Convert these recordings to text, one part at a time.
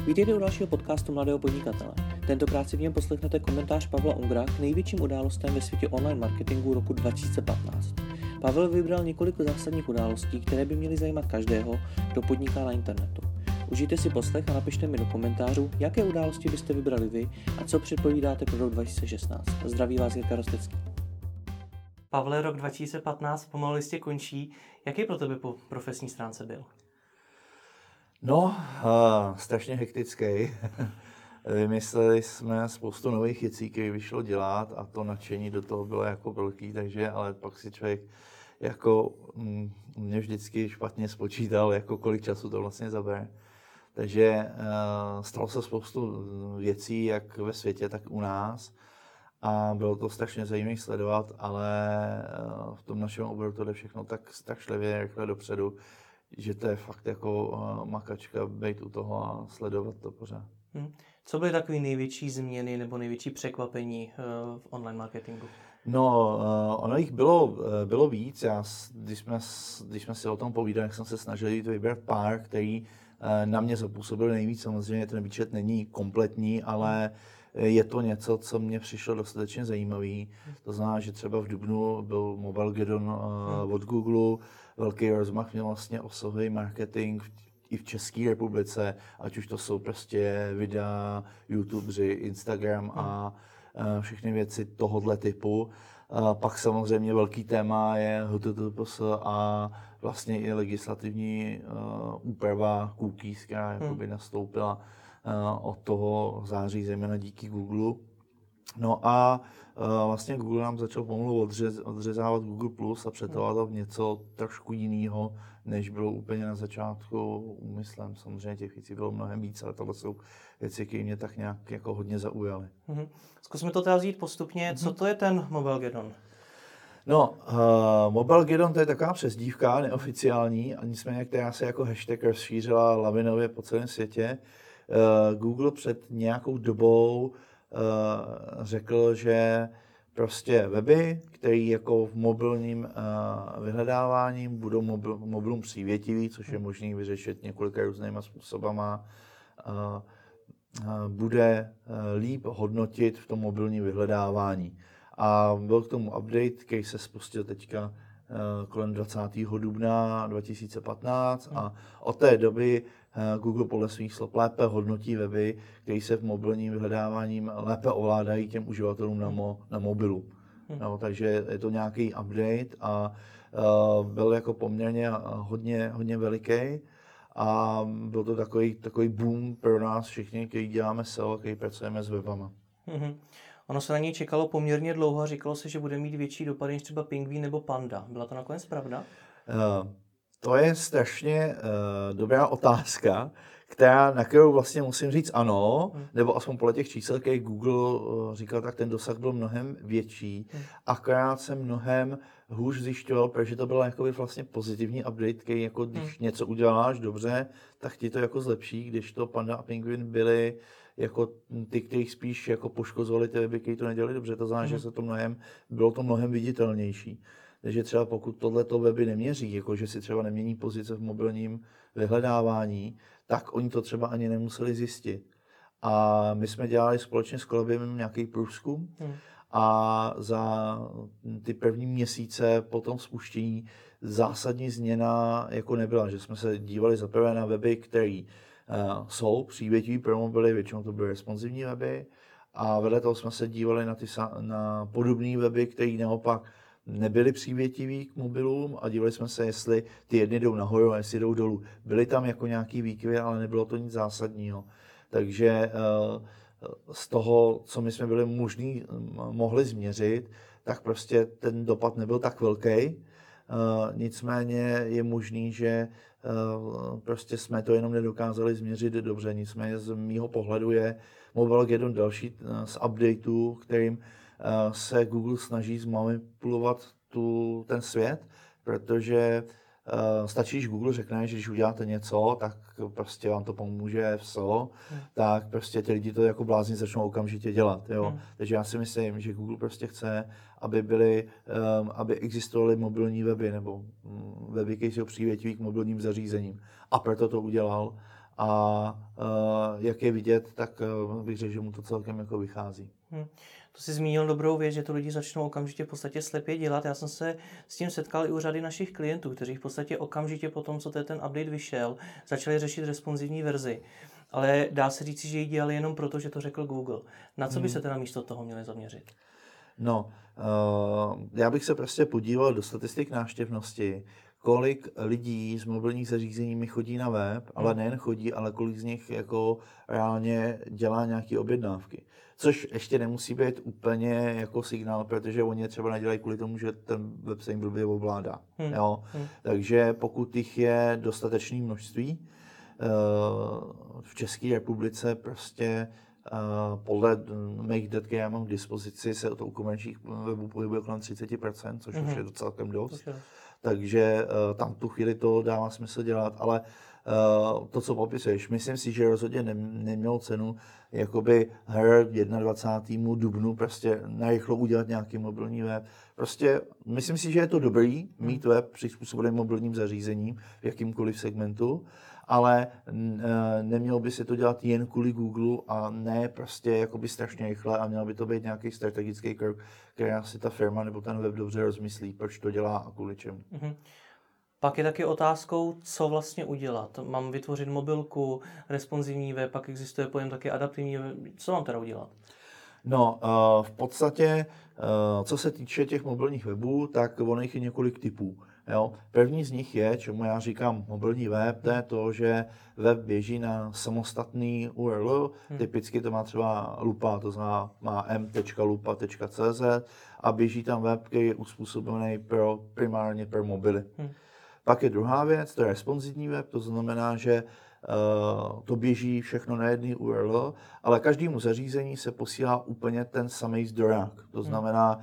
Vítejte u dalšího podcastu Mladého podnikatele. Tentokrát si v něm poslechnete komentář Pavla Ungera k největším událostem ve světě online marketingu roku 2015. Pavel vybral několik zásadních událostí, které by měly zajímat každého, kdo podniká na internetu. Užijte si poslech a napište mi do komentářů, jaké události byste vybrali vy a co předpovídáte pro rok 2016. Zdraví vás Jirka Rostecký. Pavle, rok 2015 pomalu jistě končí. Jaký pro tebe po profesní stránce byl? No, strašně hektický. Vymysleli jsme spoustu nových věcí, které vyšlo dělat a to nadšení do toho bylo jako velký, takže, ale pak si člověk jako mě vždycky špatně spočítal, jako kolik času to vlastně zabere. Takže stalo se spoustu věcí, jak ve světě, tak u nás. A bylo to strašně zajímavé sledovat, ale v tom našem oboru to jde všechno tak strašlivě rychle dopředu, že to je fakt jako makačka být u toho a sledovat to pořád. Co byly takové největší změny nebo největší překvapení v online marketingu? No, ono jich bylo víc. Když jsme si o tom povídali, jak jsem se snažil jít vybrat pár, který na mě zapůsobil nejvíc. Samozřejmě ten výčet není kompletní, ale je to něco, co mně přišlo dostatečně zajímavý. To znamená, že třeba v dubnu byl Mobilegeddon od Google, velký rozmach měl vlastně obsahový marketing i v České republice, ať už to jsou prostě videa, YouTubeři, Instagram a všechny věci tohohle typu. Pak samozřejmě velký téma je HTTPS a vlastně i legislativní úprava cookies, která jakoby nastoupila od toho září, zejména díky Google. No a vlastně Google nám začal pomalu odřezávat Google Plus a přetahovat v něco trošku jiného, než bylo úplně na začátku úmyslem. Samozřejmě těch věcí bylo mnohem víc, ale tohle jsou věci, které mě tak nějak jako hodně zaujaly. Zkusme to teda vzít postupně. Co to je ten Mobilegeddon? No, Mobilegeddon to je taková přezdívka, neoficiální, a nicméně, která se jako hashtag rozšířila lavinově po celém světě. Google před nějakou dobou řekl, že prostě weby, které jako v mobilním vyhledáváním budou mobilům přívětivý, což je možné vyřešit několika různýma způsobama, bude líp hodnotit v tom mobilním vyhledávání. A byl k tomu update, který se spustil teďka kolem 20. dubna 2015 a od té doby Google podle svých slov lépe hodnotí weby, které se v mobilním vyhledáváním lépe ovládají těm uživatelům na mobilu. No, takže je to nějaký update a byl jako poměrně hodně veliký a byl to takový boom pro nás všichni, kteří děláme SEO, kteří pracujeme s webama. Ono se na něj čekalo poměrně dlouho a říkalo se, že bude mít větší dopady než třeba Pingvin nebo Panda. Byla to nakonec pravda? To je strašně dobrá otázka, na kterou vlastně musím říct ano, nebo aspoň podle těch čísel, které Google říkal, tak ten dosah byl mnohem větší. Akorát jsem mnohem hůř zjišťoval, protože to byl jakoby vlastně pozitivní update, který jako když něco uděláš dobře, tak ti to jako zlepší, když to Panda a Penguin byly jako ty, kteří spíš jako poškozovali ty weby, kteří to nedělali dobře. To znamená, že bylo to mnohem viditelnější. Takže třeba pokud tohleto weby neměří, jako že si třeba nemění pozice v mobilním vyhledávání, tak oni to třeba ani nemuseli zjistit. A my jsme dělali společně s Kolebiem nějaký průzkum a za ty první měsíce po tom spuštění zásadní změna jako nebyla, že jsme se dívali zaprvé na weby, které jsou přívětivý pro mobily, většinou to byly responsivní weby a vedle toho jsme se dívali na podobné weby, které naopak nebyly přívětivý k mobilům a dívali jsme se, jestli ty jedny jdou nahoru a jestli jdou dolů. Byly tam jako nějaký výkyvy, ale nebylo to nic zásadního. Takže z toho, co my jsme mohli změřit, tak prostě ten dopad nebyl tak velký. Nicméně je možný, že prostě jsme to jenom nedokázali změřit dobře. Nicméně z mýho pohledu je Mobilegeddon další z updateů, kterým se Google snaží zmanipulovat ten svět, protože stačí, když Google řekne, že když uděláte něco, tak prostě vám to pomůže v SEO, tak prostě ty lidi to jako blázni začnou okamžitě dělat. Jo? Takže já si myslím, že Google prostě chce, aby existovaly mobilní weby nebo weby, které jsou přívětivé k mobilním zařízením. A proto to udělal. a jak je vidět, tak bych řekl, že mu to celkem jako vychází. To jsi zmínil dobrou věc, že to lidi začnou okamžitě v podstatě slepě dělat. Já jsem se s tím setkal i u řady našich klientů, kteří v podstatě okamžitě po tom, co ten update vyšel, začali řešit responsivní verzi. Ale dá se říct, že ji dělali jenom proto, že to řekl Google. Na co by se teda místo toho měli zaměřit? No, já bych se prostě podíval do statistik návštěvnosti, kolik lidí s mobilních zařízeními chodí na web, ale nejen chodí, ale kolik z nich jako reálně dělá nějaké objednávky. Což ještě nemusí být úplně jako signál, protože oni je třeba nedělají kvůli tomu, že ten web se jim blbě ovládá. Jo? Takže pokud jich je dostatečné množství, v České republice prostě podle mých dat, které já mám k dispozici, se to u komerčních webů pohybuje kolem 30%, což už je docela dost. Takže tam tu chvíli to dává smysl dělat, ale to, co popisuješ, myslím si, že rozhodně nemělo cenu jakoby her 21. dubnu prostě narychlo udělat nějaký mobilní web. Prostě myslím si, že je to dobrý mít web přizpůsobený mobilním zařízením v jakýmkoliv segmentu, ale nemělo by se to dělat jen kvůli Google a ne prostě jakoby strašně rychle a měl by to být nějaký strategický krok, který si ta firma nebo ten web dobře rozmyslí, proč to dělá a kvůli čemu. Pak je taky otázkou, co vlastně udělat. Mám vytvořit mobilku, responsivní web, pak existuje pojem taky adaptivní web. Co mám teda udělat? No, v podstatě, co se týče těch mobilních webů, tak ono jich je několik typů. Jo? První z nich je, čemu já říkám mobilní web, to je to, že web běží na samostatný URL, typicky to má třeba lupa, to znamená má m.lupa.cz a běží tam web, který je uspůsobený primárně pro mobily. Pak je druhá věc, to je responsivní web, to znamená, že to běží všechno na jedný URL, ale každému zařízení se posílá úplně ten samý zdroják. To znamená,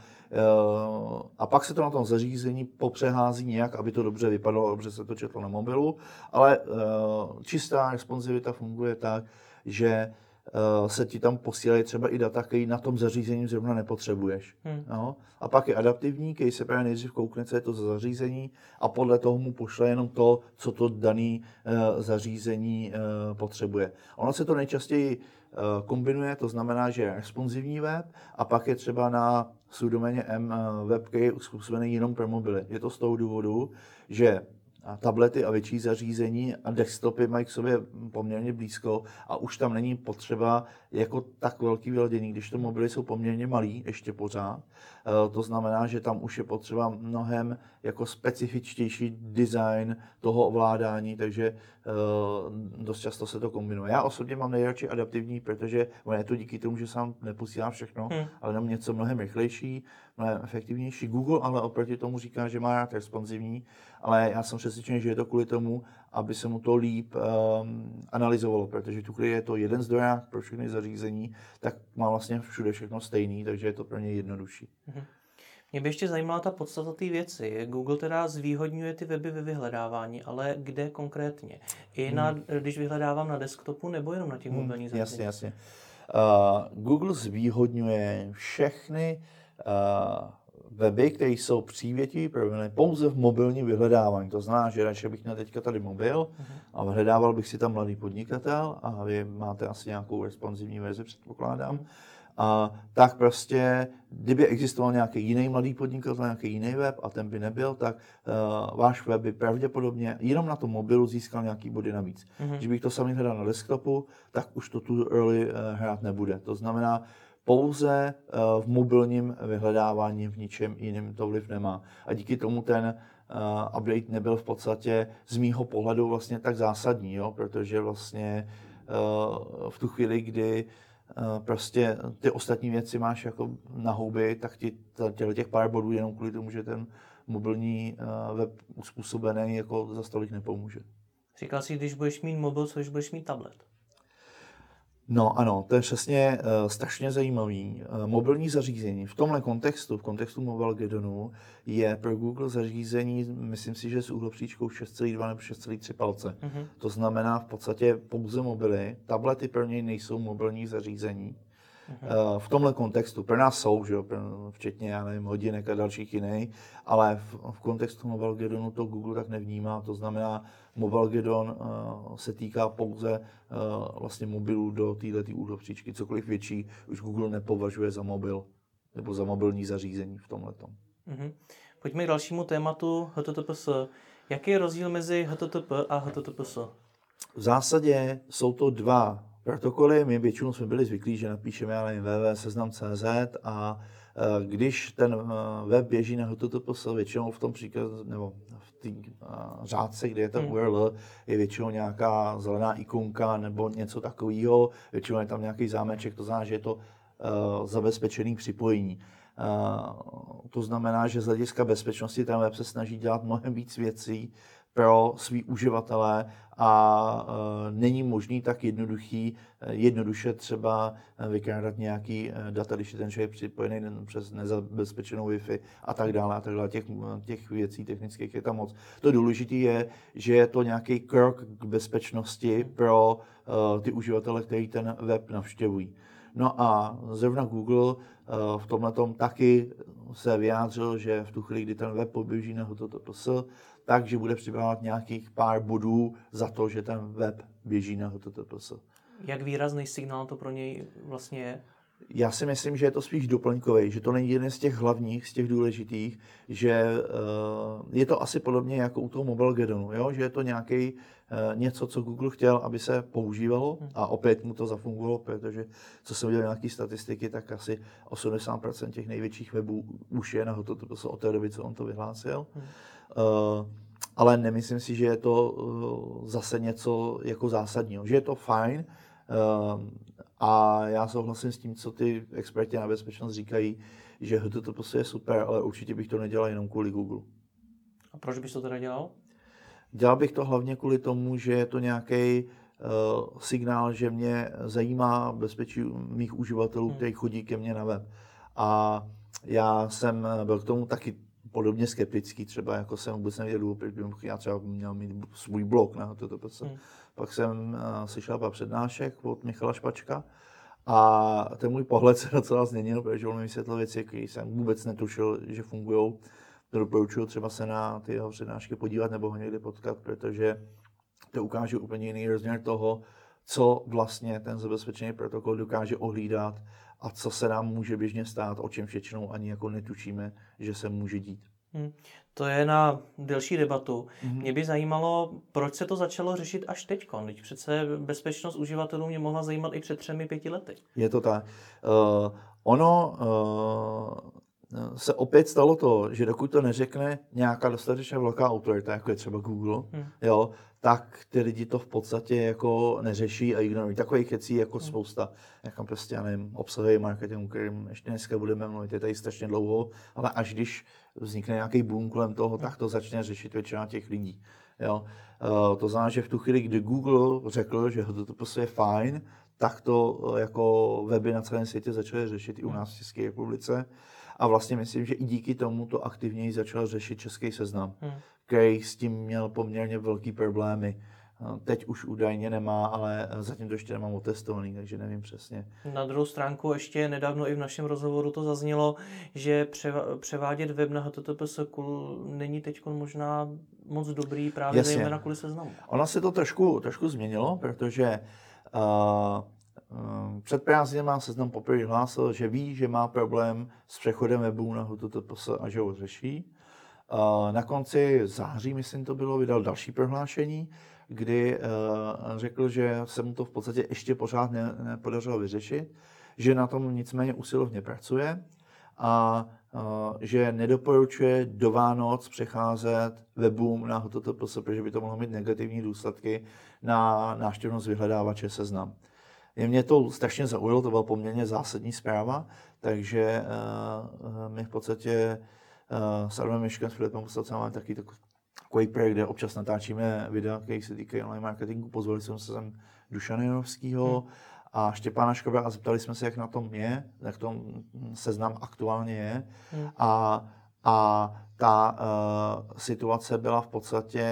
a pak se to na tom zařízení popřehází nějak, aby to dobře vypadalo, dobře se to četlo na mobilu, ale čistá responsivita funguje tak, že se ti tam posílají třeba i data, který na tom zařízení zrovna nepotřebuješ. No? A pak je adaptivní, který se právě nejdřív koukne, co je to za zařízení a podle toho mu pošle jenom to, co to dané zařízení potřebuje. Ono se to nejčastěji kombinuje, to znamená, že je responsivní web a pak je třeba na subdoméně web, který je uspůsobený jenom pro mobily. Je to z toho důvodu, že tablety a větší zařízení a desktopy mají k sobě poměrně blízko a už tam není potřeba jako tak velký vyladění, když to mobily jsou poměrně malý ještě pořád. To znamená, že tam už je potřeba mnohem jako specifičtější design toho ovládání, takže dost často se to kombinuje. Já osobně mám nejradši adaptivní, protože je to díky tomu, že sám neposílám všechno, ale jenom něco mnohem rychlejší, mnohem efektivnější. Google ale oproti tomu říká, že má rád responsivní, ale já jsem přesvědčený, že je to kvůli tomu, aby se mu to líp analyzovalo, protože tu, když je to jeden zdroják pro všechny zařízení, tak má vlastně všude všechno stejný, takže je to pro něj jednodušší. Mě by ještě zajímala ta podstata té věci. Google teda zvýhodňuje ty weby ve vyhledávání, ale kde konkrétně? I když vyhledávám na desktopu nebo jenom na těch mobilních zařízeních? Jasně. Google zvýhodňuje všechny weby, které jsou přívětivé provedené pouze v mobilním vyhledávání. To znamená, že radši bych měl teďka tady mobil a vyhledával bych si tam mladý podnikatel a vy máte asi nějakou responsivní verzi, předpokládám. A tak prostě, kdyby existoval nějaký jiný mladý podnikatel, nějaký jiný web a ten by nebyl, tak váš web by pravděpodobně jenom na tom mobilu získal nějaký body navíc. Když bych to samý hledal na desktopu, tak už to tu roli hrát nebude. To znamená, pouze v mobilním vyhledávání v ničem jiném to vliv nemá. A díky tomu ten update nebyl v podstatě z mýho pohledu vlastně tak zásadní, jo? Protože vlastně v tu chvíli, kdy prostě ty ostatní věci máš jako na houby, tak ti těch pár bodů jenom kvůli tomu, že ten mobilní web uspůsobený jako za stolik nepomůže. Říkal jsi, když budeš mít mobil, co když budeš mít tablet? No ano, to je přesně strašně zajímavý. Mobilní zařízení v tomhle kontextu, v kontextu Mobilegedonu, je pro Google zařízení, myslím si, že s úhlopříčkou 6,2 nebo 6,3 palce. To znamená v podstatě pouze mobily. Tablety pro něj nejsou mobilní zařízení. v tomhle kontextu. Pro nás jsou, že jo, včetně, já nevím, hodinek a dalších jiných, ale v kontextu Mobilegedonu to Google tak nevnímá. To znamená, Mobilegedon se týká pouze vlastně mobilů do této úhlovříčky. Cokoliv větší už Google nepovažuje za mobil nebo za mobilní zařízení v tomhletom. Pojďme k dalšímu tématu HTTPS. Jaký je rozdíl mezi HTTP a HTTPS? V zásadě jsou to dva protokoly. My většinou jsme byli zvyklí, že napíšeme www.seznam.cz a když ten web běží na HTTPS, většinou v tom příkladu, nebo v té řádce, kde je ta URL, je většinou nějaká zelená ikonka nebo něco takového. Většinou je tam nějaký zámeček, to znamená, že je to zabezpečený připojení. To znamená, že z hlediska bezpečnosti ten web se snaží dělat mnohem víc věcí pro svý uživatele a není možný tak jednoduše třeba vykrádat nějaký data, když je ten člověk připojený přes nezabezpečenou Wi-Fi a tak dále. Těch věcí technických je tam moc. To důležité je, že je to nějaký krok k bezpečnosti pro ty uživatele, kteří ten web navštěvují. No a zrovna Google v tomhletom taky se vyjádřil, že v tu chvíli, kdy ten web poběží na HTTPS, takže bude připravovat nějakých pár bodů za to, že ten web běží na HTTPS. Jak výrazný signál to pro něj vlastně je? Já si myslím, že je to spíš doplňkový, že to není jeden z těch hlavních, z těch důležitých, že je to asi podobně jako u toho Mobilegedonu, jo? Že je to nějaký něco, co Google chtěl, aby se používalo a opět mu to zafungovalo, protože co jsem viděl nějaké statistiky, tak asi 80% těch největších webů už je na HTTPS od té doby, co on to vyhlásil. Ale nemyslím si, že je to zase něco jako zásadního, že je to fajn, a já souhlasím s tím, co ty experti na bezpečnost říkají, že HTTPS je super, ale určitě bych to nedělal jenom kvůli Google. A proč bys to teda dělal? Dělal bych to hlavně kvůli tomu, že je to nějaký signál, že mě zajímá bezpečí mých uživatelů, kteří chodí ke mně na web. A já jsem byl k tomu taky podobně skeptický, třeba jako jsem vůbec nevěděl, proč bych já třeba měl mít svůj blog na HTTPS. Pak jsem slyšel pár přednášek od Michala Špačka a ten můj pohled se docela změnil, protože on mi vysvětlil věci, které jsem vůbec netušil, že fungují. Doporučuji třeba se na ty jeho přednášky podívat nebo ho někdy potkat, protože to ukáže úplně jiný rozměr toho, co vlastně ten zabezpečený protokol dokáže ohlídat a co se nám může běžně stát, o čem většinou ani jako netušíme, že se může dít. To je na delší debatu. Mě by zajímalo, proč se to začalo řešit až teď. Teď přece bezpečnost uživatelů mě mohla zajímat i před 3-5 lety. Je to tak. Ono se opět stalo to, že dokud to neřekne nějaká dostatečně velká autorita, jako je třeba Google, jo, tak ty lidi to v podstatě jako neřeší a ignorují. Takových věcí jako spousta, jako prostě, já nevím, obsahový marketing, o kterém ještě dneska budeme mluvit, je tady strašně dlouho, ale až když vznikne nějaký boom kolem toho, tak to začne řešit většina těch lidí. Jo. To znamená, že v tu chvíli, kdy Google řekl, že HTTPS je fajn, tak to jako weby na celém světě začaly řešit i u nás v České republice. A vlastně myslím, že i díky tomu to aktivněji začal řešit Český seznam, který s tím měl poměrně velký problémy. Teď už údajně nemá, ale zatím to ještě nemám otestovaný, takže nevím přesně. Na druhou stránku ještě nedávno i v našem rozhovoru to zaznělo, že převádět web na HTTPS není teď možná moc dobrý právě zejména kvůli seznamu. Ono se to trošku změnilo, protože před prázdninami Seznam poprvé hlásil, že ví, že má problém s přechodem webu na HTTPS a že ho řeší. Na konci září, myslím to bylo, vydal další prohlášení, kdy řekl, že se mu to v podstatě ještě pořád nepodařilo vyřešit, že na tom nicméně usilovně pracuje a že nedoporučuje do Vánoc přecházet webům na HTTPS, protože by to mohlo mít negativní důsledky na návštěvnost vyhledávače Seznam. Mě to strašně zaujalo, to byla poměrně zásadní zpráva, takže my v podstatě s Adamem Miškem, s Filipem Postavcem máme takový projekt, kde občas natáčíme videa, které se týkají online marketingu. Pozvali jsme se sem Dušana Janovského a Štěpána Škabra a zeptali jsme se, jak na tom je, jak tom Seznam aktuálně je. A ta situace byla v podstatě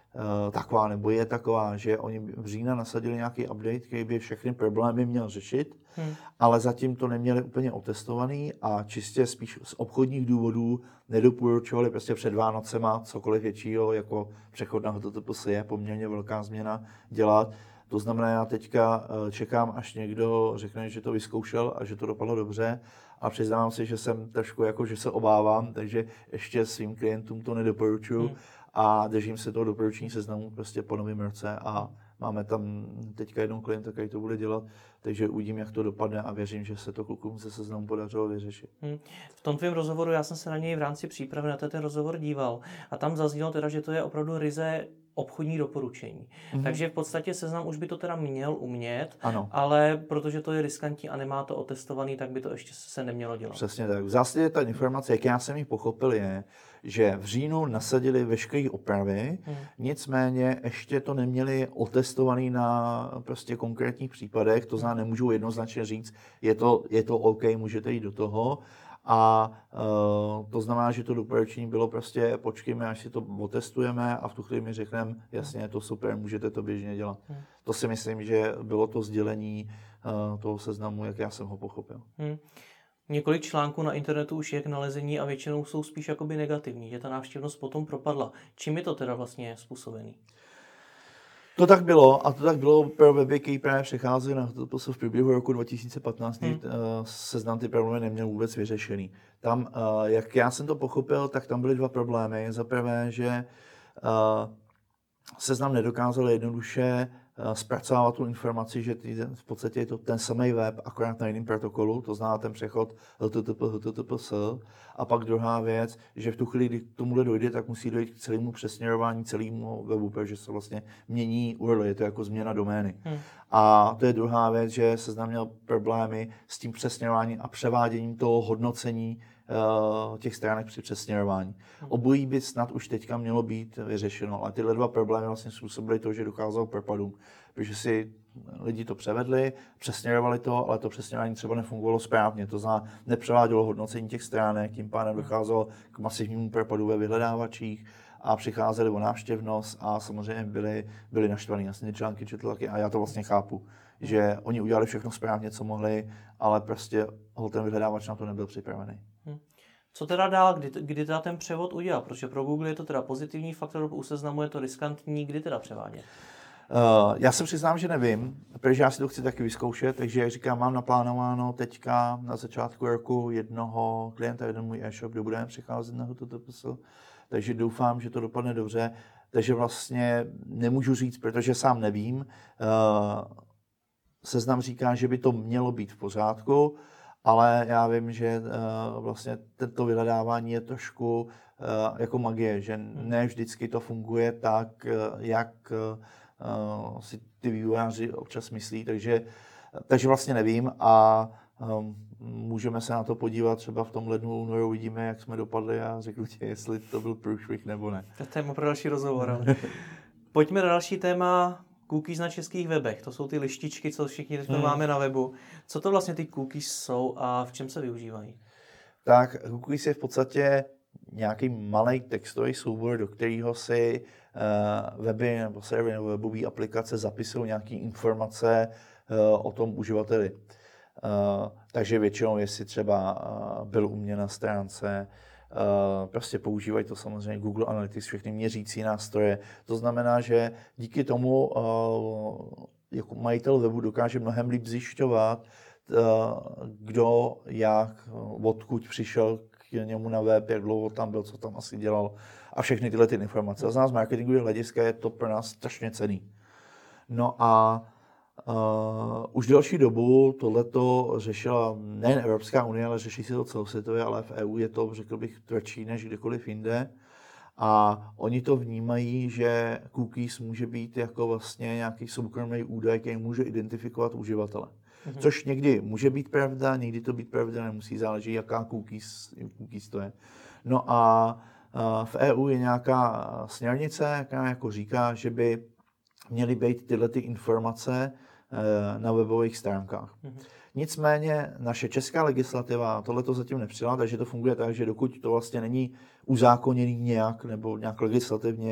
taková, nebo je taková, že oni v říjnu nasadili nějaký update, který by všechny problémy měl řešit, ale zatím to neměli úplně otestovaný a čistě spíš z obchodních důvodů nedoporučovali prostě před Vánocema cokoliv většího, jako přechod na HTTPS je poměrně velká změna dělat. To znamená, já teďka čekám, až někdo řekne, že to vyzkoušel a že to dopadlo dobře a přiznám si, že jsem trošku jako, že se obávám, takže ještě svým klientům to nedoporučuji a držím se toho doporučení seznamu prostě po novém roce a máme tam teďka jednou klienta, který to bude dělat, takže uvidím, jak to dopadne a věřím, že se to klukům se seznamu podařilo vyřešit. V tom tvém rozhovoru, já jsem se na něj v rámci přípravy na ten rozhovor díval a tam zaznělo teda, že to je opravdu ryze obchodní doporučení. Takže v podstatě seznam už by to teda měl umět, ano. Ale protože to je riskantní a nemá to otestovaný, tak by to ještě se nemělo dělat. Přesně tak. V zásadě ta informace, jak já jsem ji pochopil, je, že v říjnu nasadili veškeré opravy, nicméně ještě to neměli otestovaný na prostě konkrétních případech, to znamená, nemůžu jednoznačně říct, je to OK, můžete jít do toho. A to znamená, že to doporučení bylo prostě počkejme, až si to otestujeme a v tu chvíli mi řekneme, jasně, je to super, můžete to běžně dělat. To si myslím, že bylo to sdělení toho seznamu, jak já jsem ho pochopil. Několik článků na internetu už je k nalezení a většinou jsou spíš jakoby negativní, že ta návštěvnost potom propadla. Čím je to teda vlastně způsobený? To tak bylo a to tak bylo pro weby, který právě přecházely na HTTPS v průběhu roku 2015, seznam ty problémy neměl vůbec vyřešený. Tam, jak já jsem to pochopil, tak tam byly dva problémy. Za prvé, že seznam nedokázal jednoduše zpracovávat tu informaci, že v podstatě je to ten samý web, akorát na jiném protokolu, to znamená ten přechod HTTPS. A pak druhá věc, že v tu chvíli, kdy k tomuhle dojde, tak musí dojít k celému přesměrování celému webu, protože se vlastně mění URL, je to jako změna domény. A to je druhá věc, že seznam měl problémy s tím přesměrováním a převáděním toho hodnocení těch stránek při přesměrování. Obojí by snad už teďka mělo být vyřešeno, ale tyhle dva problémy vlastně způsobily to, že docházelo k propadům, protože si lidi to převedli, přesměrovali to, ale to přesměrování třeba nefungovalo správně, to znamená, nepřevádělo hodnocení těch stránek, tím pádem docházelo k masivnímu propadu ve vyhledávačích a přicházeli o návštěvnost a samozřejmě byli naštvaní. Já jsem ty články četl taky a já to vlastně chápu, že oni udělali všechno správně, co mohli, ale prostě ten vyhledávač na to nebyl připravený. Co teda dál, kdy teda ten převod udělat? Protože pro Google je to teda pozitivní faktor, u seznamu je to riskantní, kdy teda převádět? Já se přiznám, že nevím, protože já si to chci taky vyzkoušet, takže jak říkám, mám naplánováno teďka na začátku roku jednoho klienta, jeden můj e-shop, kde budeme přicházet na HTTPS, takže doufám, že to dopadne dobře, takže vlastně nemůžu říct, protože sám nevím. Seznam říká, že by to mělo být v pořádku, ale já vím, že vlastně tento vyhledávání je trošku jako magie, že ne vždycky to funguje tak, jak si ty vývojáři občas myslí, takže vlastně nevím a můžeme se na to podívat třeba v tom lednu, únoru, uvidíme, jak jsme dopadli a řeknu ti, jestli to byl průšvih nebo ne. To je téma pro další rozhovor. Pojďme na další téma. Cookies na českých webech, to jsou ty lištičky, co všichni teď máme na webu. Co to vlastně ty cookies jsou a v čem se využívají? Tak cookies je v podstatě nějaký malý textový soubor, do kterého si weby nebo servery nebo webové aplikace zapisují nějaké informace o tom uživateli. Takže většinou, jestli třeba byl u mě na stránce, prostě používají to samozřejmě Google Analytics, všechny měřící nástroje. To znamená, že díky tomu jako majitel webu dokáže mnohem líp zjišťovat, kdo, jak, odkud přišel k němu na web, jak dlouho tam byl, co tam asi dělal a všechny tyhle ty informace. Z nás marketingového hlediska je to pro nás strašně cenný. No a už delší dobu tohleto řešila nejen Evropská unie, ale řeší se to celosvětově, ale v EU je to, řekl bych, tvrdší než kdekoliv jinde. A oni to vnímají, že cookies může být jako vlastně nějaký soukromý údaj, který může identifikovat uživatele. Což někdy může být pravda, někdy to být pravda nemusí, záleží, jaká cookies to je. No a v EU je nějaká směrnice, která jako říká, že by měly být tyhle ty informace na webových stránkách. Nicméně naše česká legislativa tohleto zatím nepřijala, takže to funguje tak, že dokud to vlastně není uzákoněný nějak nebo nějak legislativně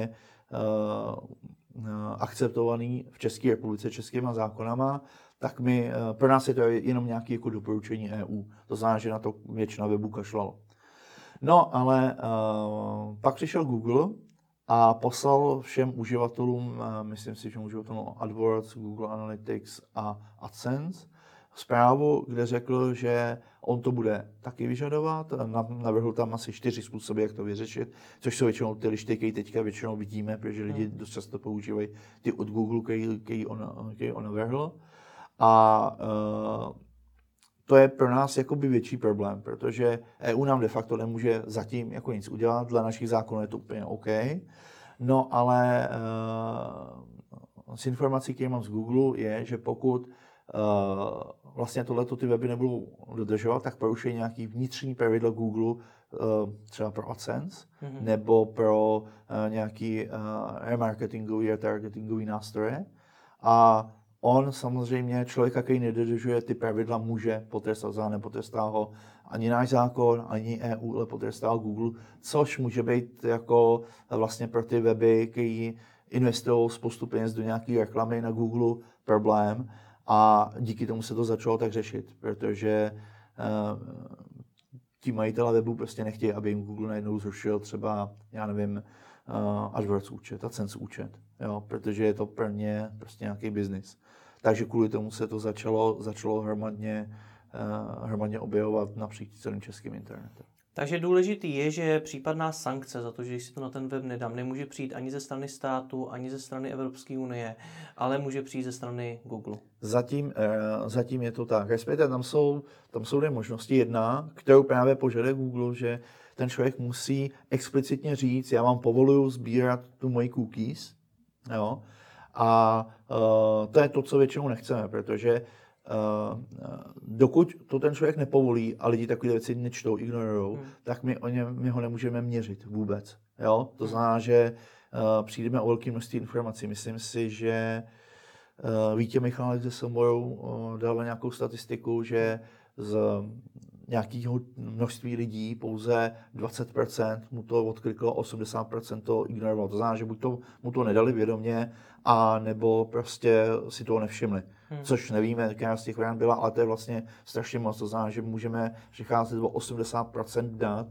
akceptovaný v České republice českýma zákonama, tak pro nás je to jenom nějaké jako doporučení EU. To znamená, že na to většina webů kašlalo. No, ale pak přišel Google a poslal všem uživatelům, myslím si, že uživatelům AdWords, Google Analytics a AdSense, zprávu, kde řekl, že on to bude taky vyžadovat. Navrhl tam asi 4 způsoby, jak to vyřešit, což jsou většinou ty lišty, které teďka většinou vidíme, protože lidi dost často používají ty od Google, který on navrhl. A to je pro nás jakoby větší problém, protože EU nám de facto nemůže zatím jako nic udělat, dle našich zákonů je to úplně OK. No ale z informací, které mám z Google, je, že pokud vlastně tohleto ty weby nebudou dodržovat, tak porušují nějaký vnitřní pravidla Google, třeba pro AdSense, nebo pro nějaký remarketingový a targetingový nástroje. A on samozřejmě, člověka, který nedodržuje ty pravidla, může potrestat, nepotrestá ho ani náš zákon, ani EU, ale potrestá Google, což může být jako vlastně pro ty weby, který investují spoustu peněz do nějaké reklamy na Google, problém. A díky tomu se to začalo tak řešit, protože ti majitelé webu prostě nechtějí, aby jim Google najednou zrušil třeba, já nevím, AdWords účet, AdSense účet, jo, protože je to pro ně prostě nějaký biznis. Takže kvůli tomu se to začalo hromadně objevovat napříč celým českým internetem. Takže důležitý je, že případná sankce za to, že když si to na ten web nedám, nemůže přijít ani ze strany státu, ani ze strany Evropské unie, ale může přijít ze strany Google. Zatím je to tak. Respektive tam jsou dvě možnosti. Jedna, kterou právě požaduje Google, že ten člověk musí explicitně říct, já vám povoluju sbírat tu moji cookies. Jo? A to je to, co většinou nechceme, protože dokud to ten člověk nepovolí a lidi takové věci nečtou, ignorujou, tak my ho nemůžeme měřit vůbec. Jo? To znamená, že přijdeme o velké množství informací. Myslím si, že Vítě Michálek ze Somorou dal nějakou statistiku, že z nějakého množství lidí pouze 20% mu to odkliklo, 80% to ignorovalo. To znamená, že buď mu to nedali vědomě, a nebo prostě si toho nevšimli. Což nevíme, jaká z těch variant byla, ale to je vlastně strašně moc. To znamená, že můžeme přicházet o 80% dat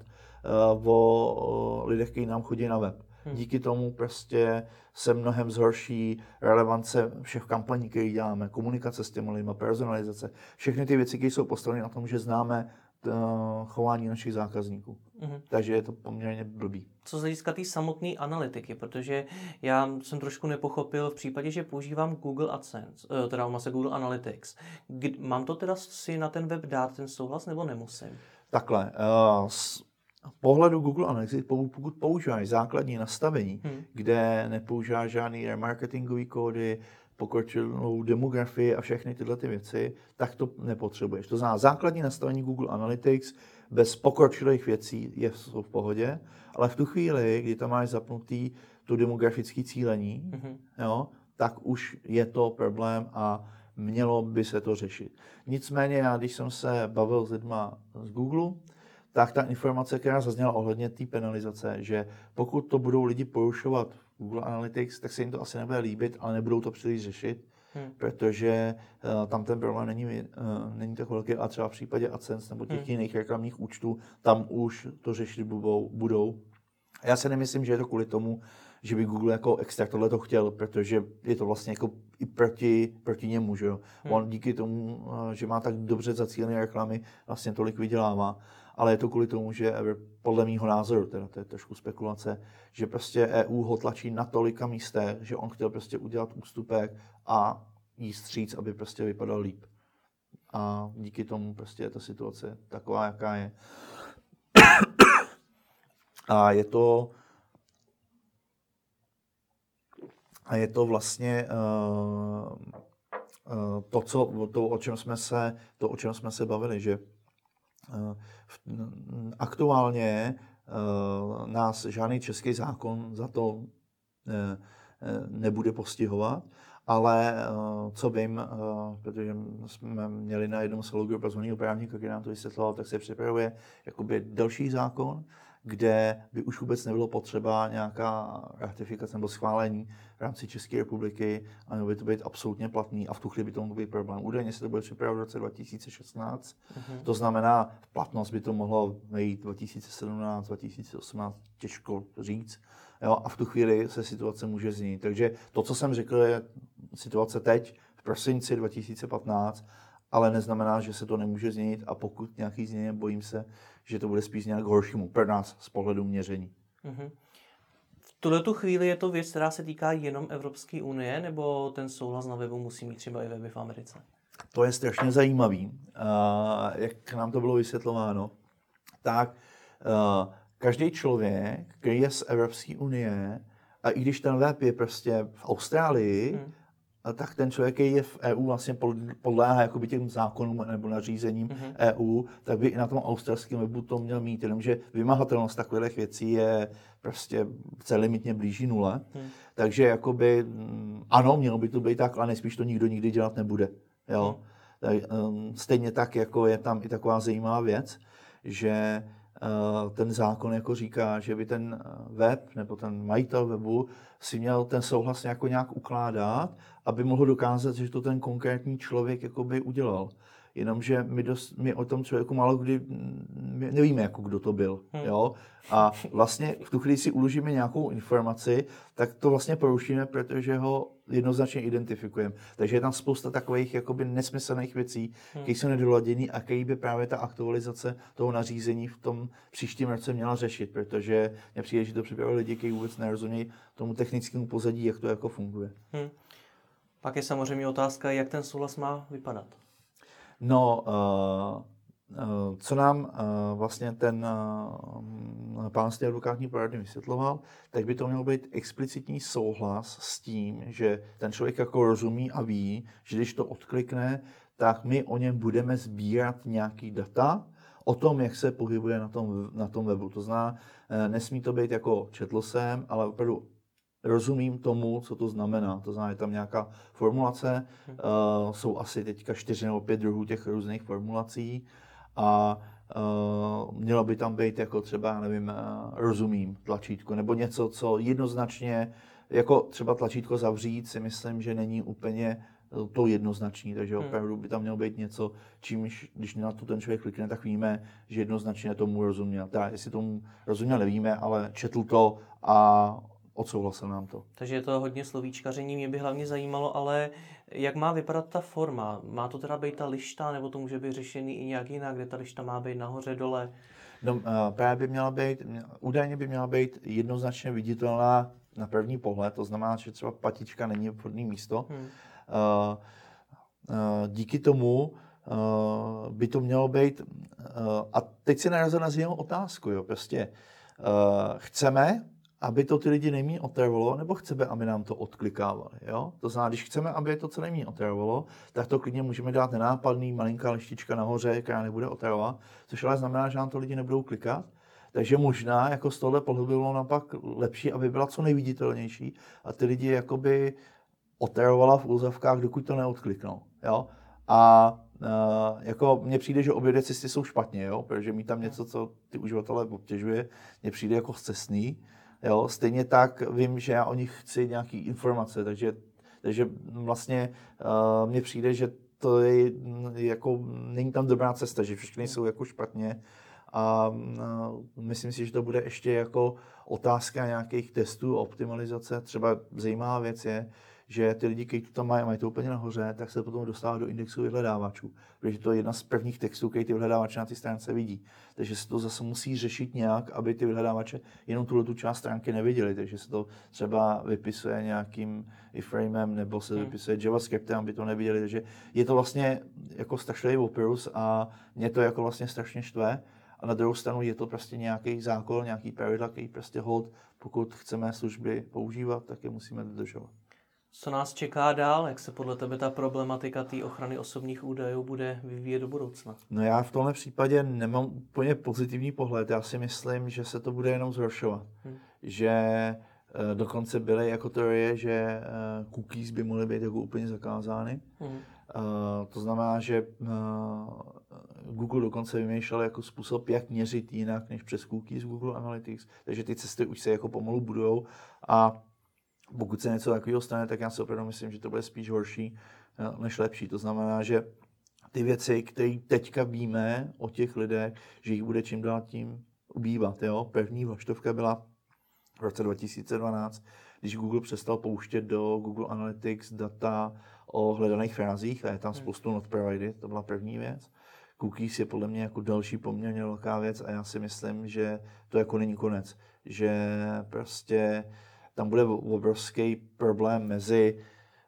o lidech, kteří nám chodí na web. Díky tomu prostě se mnohem zhorší relevance všech kampaní, které děláme, komunikace s těmi lidmi, personalizace. Všechny ty věci, které jsou postaveny na tom, že známe chování našich zákazníků. Takže je to poměrně blbý. Co z hlediska té samotné analytiky, protože já jsem trošku nepochopil v případě, že používám Google AdSense, teda vlastně Google Analytics. Mám to teda si na ten web dát ten souhlas, nebo nemusím? Takhle, z pohledu Google Analytics, pokud používáš základní nastavení, kde nepoužíváš žádný remarketingový kódy, pokročilou demografii a všechny tyhle ty věci, tak to nepotřebuješ. To znamená, základní nastavení Google Analytics bez pokročilých věcí jsou v pohodě, ale v tu chvíli, kdy tam máš zapnutý to demografické cílení, jo, tak už je to problém a mělo by se to řešit. Nicméně já, když jsem se bavil s lidma z Google, tak ta informace, která zazněla ohledně té penalizace, že pokud to budou lidi porušovat v Google Analytics, tak se jim to asi nebude líbit, ale nebudou to příliš řešit, protože tam ten problém není tak velký, a třeba v případě AdSense nebo těch jiných reklamních účtů, tam už to řešit budou. Já si nemyslím, že je to kvůli tomu, že by Google jako extra tohle to chtěl, protože je to vlastně jako i proti němu, že jo. On díky tomu, že má tak dobře zacílené reklamy, vlastně tolik vydělává. Ale je to kvůli tomu, že podle mýho názoru, teda to je trošku spekulace, že prostě EU ho tlačí na tolika místech, že on chtěl prostě udělat ústupek a jí stříc, aby prostě vypadal líp. A díky tomu prostě je ta situace taková, jaká je. A je to vlastně to, o čem jsme se bavili, že aktuálně nás žádný český zákon za to nebude postihovat, ale co vím, protože jsme měli na jednom sologu pracovního právníka, který nám to vysvětloval, tak se připravuje jakoby další zákon, kde by už vůbec nebylo potřeba nějaká ratifikace nebo schválení v rámci České republiky a mělo by to být absolutně platný a v tu chvíli by to mohl být problém. Údajně se to bude připravovat v roce 2016, to znamená, v platnost by to mohlo vejít 2017, 2018, těžko říct. Jo, a v tu chvíli se situace může změnit. Takže to, co jsem řekl, je situace teď, v prosinci 2015, ale neznamená, že se to nemůže změnit a pokud nějaký změně, bojím se, že to bude spíš nějak horšímu pro nás z pohledu měření. V tuhletu chvíli je to věc, která se týká jenom Evropské unie, nebo ten souhlas na webu musí mít třeba i weby v Americe? To je strašně zajímavý. Jak nám to bylo vysvětlováno, tak každý člověk, který je z Evropské unie, a i když ten web je prostě v Austrálii, tak ten člověk, který je v EU, vlastně podléhá jakoby těm zákonům nebo nařízením EU, tak by i na tom australském webu to měl mít, jenomže vymahatelnost takových věcí je prostě limitně blíží nule. Takže jakoby, ano, mělo by to být tak, ale nejspíš to nikdo nikdy dělat nebude. Jo? Stejně tak, jako je tam i taková zajímavá věc, že ten zákon jako říká, že by ten web nebo ten majitel webu si měl ten souhlas nějak ukládat, aby mohl dokázat, že to ten konkrétní člověk jakoby udělal. Jenomže my o tom člověku málo kdy nevíme, jako kdo to byl. Jo? A vlastně v tu chvíli si uložíme nějakou informaci, tak to vlastně porušíme, protože ho jednoznačně identifikujeme. Takže je tam spousta takových jakoby nesmyslných věcí, které jsou nedoladěné a které by právě ta aktualizace toho nařízení v tom příštím roce měla řešit, protože mě přijde, že to připravují lidi, kteří vůbec nerozumí tomu technickému pozadí, jak to jako funguje. Pak je samozřejmě otázka, jak ten souhlas má vypadat. No, co nám vlastně ten pán z té advokátní poradny vysvětloval, tak by to měl být explicitní souhlas s tím, že ten člověk jako rozumí a ví, že když to odklikne, tak my o něm budeme sbírat nějaký data o tom, jak se pohybuje na tom webu. To znamená, nesmí to být jako četl jsem, ale opravdu rozumím tomu, co to znamená. To znamená, je tam nějaká formulace, jsou asi teďka 4 nebo 5 druhů těch různých formulací a mělo by tam být jako třeba, nevím, rozumím tlačítko, nebo něco, co jednoznačně, jako třeba tlačítko zavřít, si myslím, že není úplně to jednoznačný, takže opravdu by tam mělo být něco, čímž, když na to ten člověk klikne, tak víme, že jednoznačně tomu rozuměl. Teda, jestli tomu rozuměl, nevíme, ale četl to a odsouhlasil nám to. Takže je to hodně slovíčkaření, mě by hlavně zajímalo, ale jak má vypadat ta forma? Má to teda být ta lišta, nebo to může být řešený i nějak jinak, kde ta lišta má být nahoře, dole? No, právě by měla být, údajně by měla být jednoznačně viditelná na první pohled, to znamená, že třeba patička není vhodné místo. Díky tomu by to mělo být, a teď si narazil na jinou otázku, jo, prostě chceme, aby to ty lidi nejméně otravovalo, nebo chceme, aby nám to odklikávali. Jo? To znamená, když chceme, aby to co nejméně otravovalo, tak to klidně můžeme dát nenápadný, malinká lištička nahoře, která nebude otravovat, což ale znamená, že nám to lidi nebudou klikat. Takže možná jako z tohle pohledu bylo naopak lepší, aby byla co nejviditelnější a ty lidi jakoby otravovala v úzovkách, dokud to neodkliknou. Jo? A jako mně přijde, že obě cesty jsou špatně, jo? Protože mít tam něco, co ty uživatele obtěžuje, mně přijde jako scestný. Jo, stejně tak vím, že já o nich chci nějaké informace, takže vlastně mně přijde, že to je jako, není tam dobrá cesta, že všechny jsou jako špatně a myslím si, že to bude ještě jako otázka nějakých testů, optimalizace. Třeba zajímavá věc je, že ty lidi, kteří to tam mají to úplně nahoře, tak se potom dostává do indexu vyhledávačů, protože to je jedna z prvních textů, který ty vyhledávače na té stránce vidí. Takže se to zase musí řešit nějak, aby ty vyhledávače jenom tu část stránky neviděli, takže se to třeba vypisuje nějakým iframem nebo se vypisuje JavaScriptem, aby to neviděli, takže je to vlastně jako strašlivý opirus a mě to jako vlastně strašně štve. A na druhou stranu je to prostě nějaký zákon, nějaký pravidla, který prostě hold, pokud chceme služby používat, tak je musíme dodržovat. Co nás čeká dál? Jak se podle tebe ta problematika té ochrany osobních údajů bude vyvíjet do budoucna? No já v tomhle případě nemám úplně pozitivní pohled. Já si myslím, že se to bude jenom zhoršovat. Že dokonce byly jako teorie, že cookies by mohly být jako úplně zakázány. To znamená, že Google dokonce vymýšlel jako způsob, jak měřit jinak než přes cookies z Google Analytics, takže ty cesty už se jako pomalu budujou a pokud se něco takového stane, tak já si opravdu myslím, že to bude spíš horší než lepší. To znamená, že ty věci, které teďka víme o těch lidech, že jich bude čím dál tím ubývat. Jo? První vlaštovka byla v roce 2012, když Google přestal pouštět do Google Analytics data o hledaných frázích a je tam spoustu not provided, to byla první věc. Cookies je podle mě jako další poměrně velká věc a já si myslím, že to jako není konec. Že prostě tam bude obrovský problém mezi,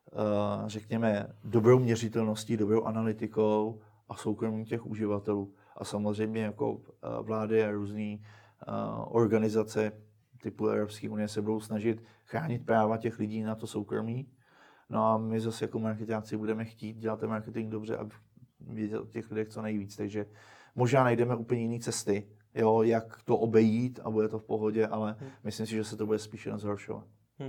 řekněme, dobrou měřitelností, dobrou analytikou a soukromím těch uživatelů. A samozřejmě jako vlády a různé organizace typu Evropské unie se budou snažit chránit práva těch lidí na to soukromí. No a my zase jako marketáci budeme chtít dělat ten marketing dobře a vědět o těch lidech co nejvíc. Takže možná najdeme úplně jiné cesty, jo, jak to obejít a bude to v pohodě, ale myslím si, že se to bude spíše zhoršovat.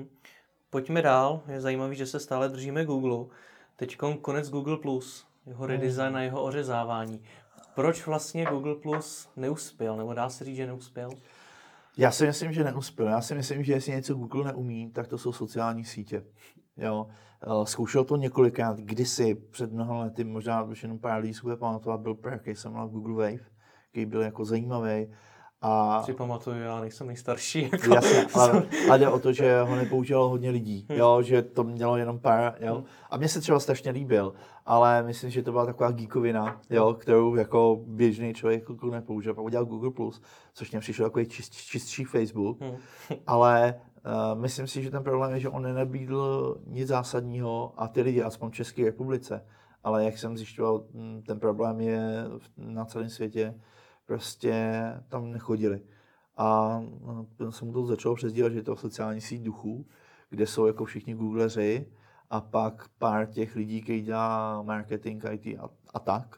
Pojďme dál. Je zajímavé, že se stále držíme Google. Teď konec Google+, jeho redesign a jeho ořezávání. Proč vlastně Google Plus neuspěl? Nebo dá se říct, že neuspěl? Já si myslím, že neuspěl. Já si myslím, že jestli něco Google neumí, tak to jsou sociální sítě. Jo. Zkoušel to několikrát, kdysi před mnoha lety, možná už jenom pár lidí si bude pamatovat, byl projekt, který se jmenoval Google Wave, který byl jako zajímavý. A si pamatuju, já nejsem nejstarší. Jako... Jasně, ale jde o to, že ho nepoužívalo hodně lidí, jo, že to mělo jenom pár, jo. A mně se třeba strašně líbil, ale myslím, že to byla taková geekovina, jo, kterou jako běžný člověk nepoužil. Pak udělal Google+, což mě přišlo takový čistší Facebook, ale myslím si, že ten problém je, že on nenabídl nic zásadního a ty lidi, aspoň v České republice, ale jak jsem zjišťoval, ten problém je na celém světě, prostě tam nechodili. A jsem mu to začal přesdívat, že je to sociální síť duchů, kde jsou jako všichni googleři a pak pár těch lidí, kteří dělá marketing, IT a tak.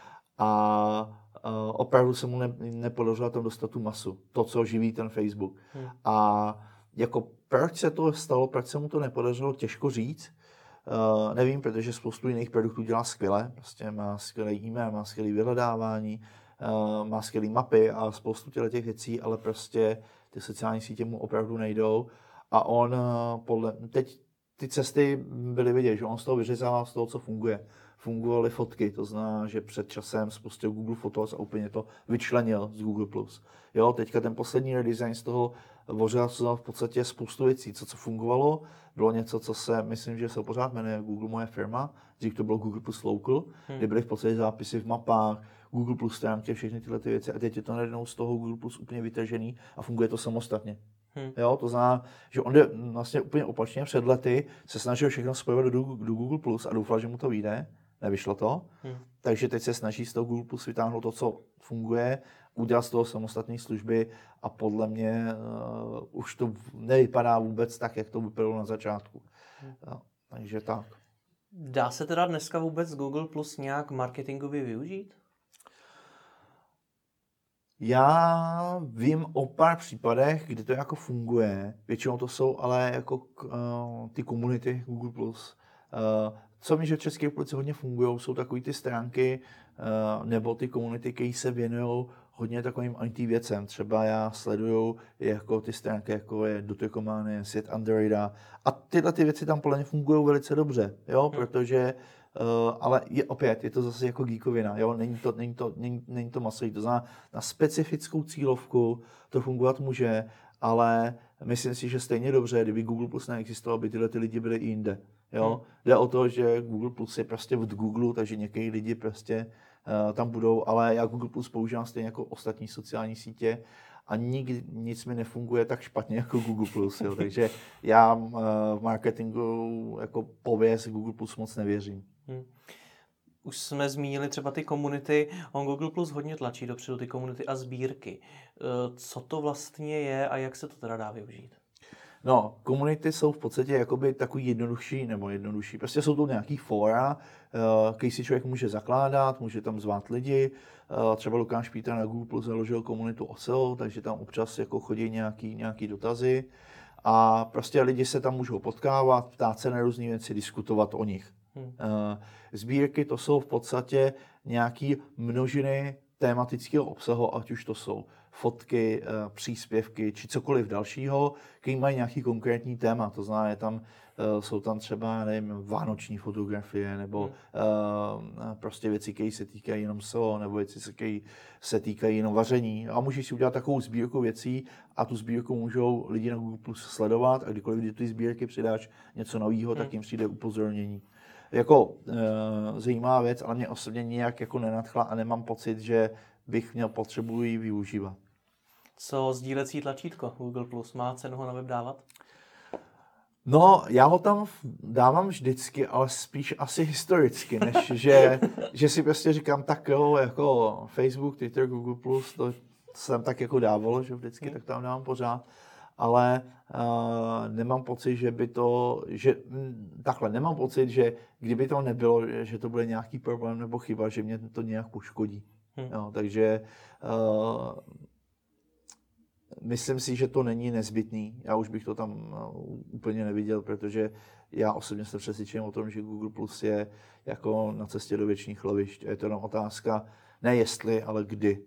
A opravdu se mu nepodařilo tam dostat tu masu, to, co živí ten Facebook. A jako proč se to stalo, proč se mu to nepodařilo, těžko říct. Nevím, protože spoustu jiných produktů dělá skvěle, prostě má skvělý e-mail, má skvělé vyhledávání, má skvělé mapy a spoustu těch věcí, ale prostě ty sociální sítě mu opravdu nejdou a on teď ty cesty byly vidět, že on z toho vyřezával z toho, co funguje. Fungovaly fotky, to znamená, že před časem spustil Google Photos a úplně to vyčlenil z Google+. Jo, teďka ten poslední redesign z toho ořezal v podstatě spoustu věcí. Co fungovalo, bylo něco, co se, myslím, že se pořád jmenuje Google Moje firma, dřív to bylo Google Plus Local, kde byly v podstatě zápisy v mapách, Google Plus stránky, všechny tyhle ty věci a teď je to najednou z toho Google Plus úplně vytržený a funguje to samostatně. Jo, to znamená, že on jde vlastně úplně opačně. Před lety se snažil všechno spojovat do Google Plus a doufal, že mu to vyjde. Nevyšlo to. Takže teď se snaží z toho Google Plus vytáhnout to, co funguje, udělat z toho samostatné služby a podle mě už to nevypadá vůbec tak, jak to vypadalo na začátku. Jo, takže tak. Dá se teda dneska vůbec Google Plus nějak marketingově využít? Já vím o pár případech, kdy to jako funguje. Většinou to jsou ale jako ty komunity Google+. Co mi, že v České republice hodně fungují, jsou takové ty stránky nebo ty komunity, které se věnují hodně takovým IT věcem. Třeba já sleduju jako ty stránky, jako je Dotekomány, Svět Androida a tyhle ty věci tam podle mě fungují velice dobře, jo, protože ale opět je to zase jako geekovina, jo? Není to masový, to znamená na specifickou cílovku to fungovat může, ale myslím si, že stejně dobře, kdyby Google Plus neexistoval, by tyhle ty lidi byli i jinde. Jo? Jde o to, že Google Plus je prostě od Google, takže některý lidi prostě tam budou, ale já Google Plus používám stejně jako ostatní sociální sítě a nic mi nefunguje tak špatně jako Google Plus, jo? Takže já v marketingu jako pověst Google Plus moc nevěřím. Už jsme zmínili třeba ty komunity, on Google Plus hodně tlačí dopředu ty komunity a sbírky. Co to vlastně je a jak se to teda dá využít? No, komunity jsou v podstatě jakoby takový jednodušší, prostě jsou to nějaký fóra, který si člověk může zakládat, může tam zvát lidi, třeba Lukáš Pítr na Google Plus založil komunitu o SEO, takže tam občas jako chodí nějaký dotazy a prostě lidi se tam můžou potkávat, ptát se na různé věci, diskutovat o nich. Sbírky to jsou v podstatě nějaký množiny tematického obsahu, ať už to jsou fotky, příspěvky či cokoliv dalšího, který mají nějaký konkrétní téma. To znamená, jsou tam třeba, nevím, vánoční fotografie nebo prostě věci, které se týkají jenom SEO, nebo věci, které se týkají jenom vaření. A můžeš si udělat takovou sbírku věcí a tu sbírku můžou lidi na Google Plus sledovat a kdykoliv do ty sbírky přidáš něco nového, tak jim přijde upozornění. Jako zajímavá věc, ale mě osobně nijak jako nenadchla a nemám pocit, že bych měl potřebu ji využívat. Co sdílecí tlačítko Google Plus? Má cenu ho na web dávat? No, já ho tam dávám vždycky, ale spíš asi historicky, než že si prostě říkám, tak jo, jako Facebook, Twitter, Google+, to jsem tak jako dával, že vždycky, tak tam dávám pořád, ale nemám pocit, nemám pocit, že kdyby to nebylo, že to bude nějaký problém nebo chyba, že mě to nějak poškodí. Jo, takže myslím si, že to není nezbytný. Já už bych to tam úplně neviděl, protože já osobně jsem přesvědčen o tom, že Google Plus je jako na cestě do věčných lovišť. Je to jenom otázka ne jestli, ale kdy.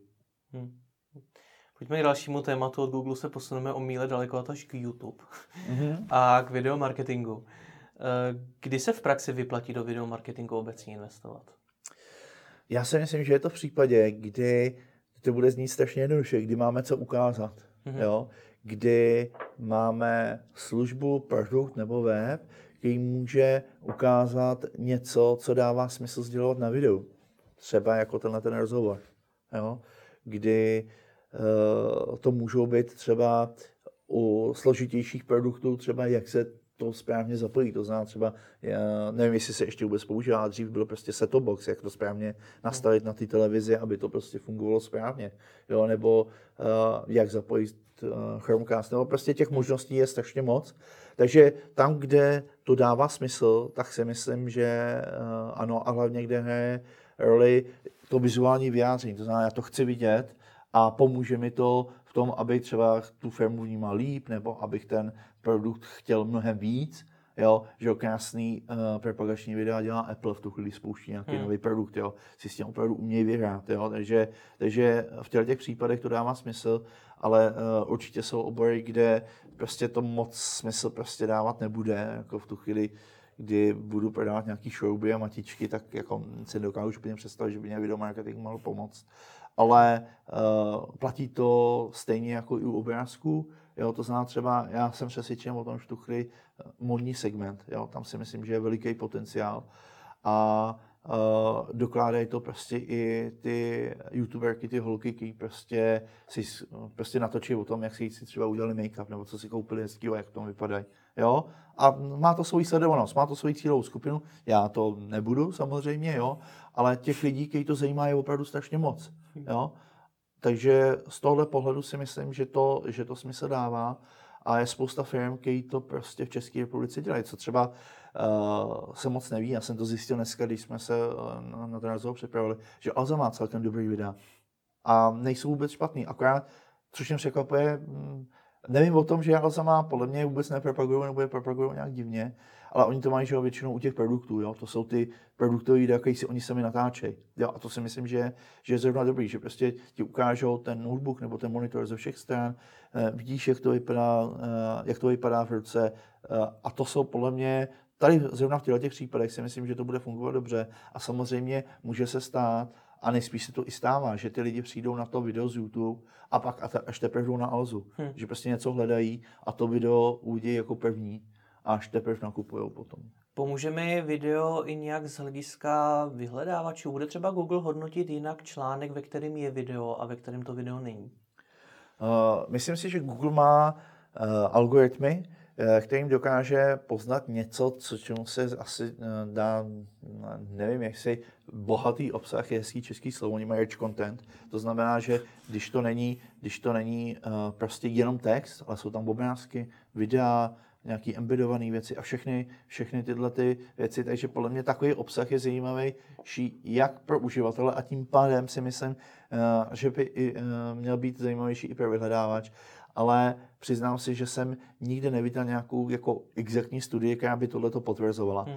Pojďme k dalšímu tématu. Od Google se posuneme o míle daleko až k YouTube a k videomarketingu. Kdy se v praxi vyplatí do videomarketingu obecně investovat? Já si myslím, že je to v případě, kdy to bude znít strašně jednoduše, kdy máme co ukázat. Jo? Kdy máme službu, produkt nebo web, který může ukázat něco, co dává smysl sdělovat na videu. Třeba jako ten rozhovor. Jo? Kdy to můžou být třeba u složitějších produktů, třeba jak se to správně zapojí. To znamená třeba, já nevím, jestli se ještě vůbec používá, dřív byl prostě set-top box, jak to správně nastavit na té televizi, aby to prostě fungovalo správně. Jo? Nebo jak zapojit Chromecast, nebo prostě těch možností je strašně moc. Takže tam, kde to dává smysl, tak si myslím, že ano, a hlavně, kde hraje roli to vizuální vyjádření. To znamená, já to chci vidět a pomůže mi to v tom, aby třeba tu firmu vnímal líp, nebo abych ten produkt chtěl mnohem víc. Jo, že krásný propagační videa dělá Apple v tu chvíli spouští nějaký nový produkt, jo, si s tím opravdu umějí vyhrát, jo, takže v těch případech to dává smysl, ale určitě jsou obory, kde prostě to moc smysl prostě dávat nebude, jako v tu chvíli, kdy budu prodávat nějaký šrouby a matičky, tak jako si dokážu úplně představit, že by mě videomarketing mohl pomoct. Ale platí to stejně jako i u obrázků. Jo, to znamená třeba, já jsem přesvědčen o tom, že v tu chvíli modní segment, jo, tam si myslím, že je veliký potenciál. A dokládají to prostě i ty youtuberky, ty holky, které prostě natočí o tom, jak si třeba udělali make-up, nebo co si koupili hezkýho, jak v tom vypadají. Jo? A má to svoji sledovanost, má to svoji cílovou skupinu. Já to nebudu samozřejmě, jo? Ale těch lidí, kteří to zajímá, je opravdu strašně moc. Jo? Takže z tohle pohledu si myslím, že to smysl dává. A je spousta firm, který to prostě v České republice dělají, co třeba se moc neví. Já jsem to zjistil dneska, když jsme se na ten rozhovor připravili, že Alza má celkem dobrý videa. A nejsou vůbec špatný. Akorát, což mě překvapuje, nevím o tom, že Alza má, podle mě vůbec nepropagují nebo je propagují nějak divně, ale oni to mají že většinou u těch produktů. Jo? To jsou ty produktové videa, které si oni sami natáčejí. Jo? A to si myslím, že je zrovna dobrý, že prostě ti ukážou ten notebook nebo ten monitor ze všech stran, vidíš, jak to vypadá v ruce. A to jsou podle mě, tady zrovna v těchto případech si myslím, že to bude fungovat dobře. A samozřejmě může se stát, a nejspíš se to i stává, že ty lidi přijdou na to video z YouTube a pak až teprve jdou na Alzu. Že prostě něco hledají a to video uvidí jako první a až teprve nakupujou potom. Pomůže mi video i nějak z hlediska vyhledávačů? Bude třeba Google hodnotit jinak článek, ve kterém je video a ve kterém to video není? Myslím si, že Google má algoritmy, kterým dokáže poznat něco, čemu se asi dá, nevím, jestli bohatý obsah je hezký český slovo, oni mají rich content. To znamená, že když to není prostě jenom text, ale jsou tam obrázky, videa, nějaký embedované věci a všechny tyhle ty věci, takže podle mě takový obsah je zajímavý jak pro uživatele a tím pádem si myslím, že by i měl být zajímavější i pro vyhledávač. Ale přiznám si, že jsem nikdy neviděl nějakou jako exaktní studii, která by tohleto potvrzovala.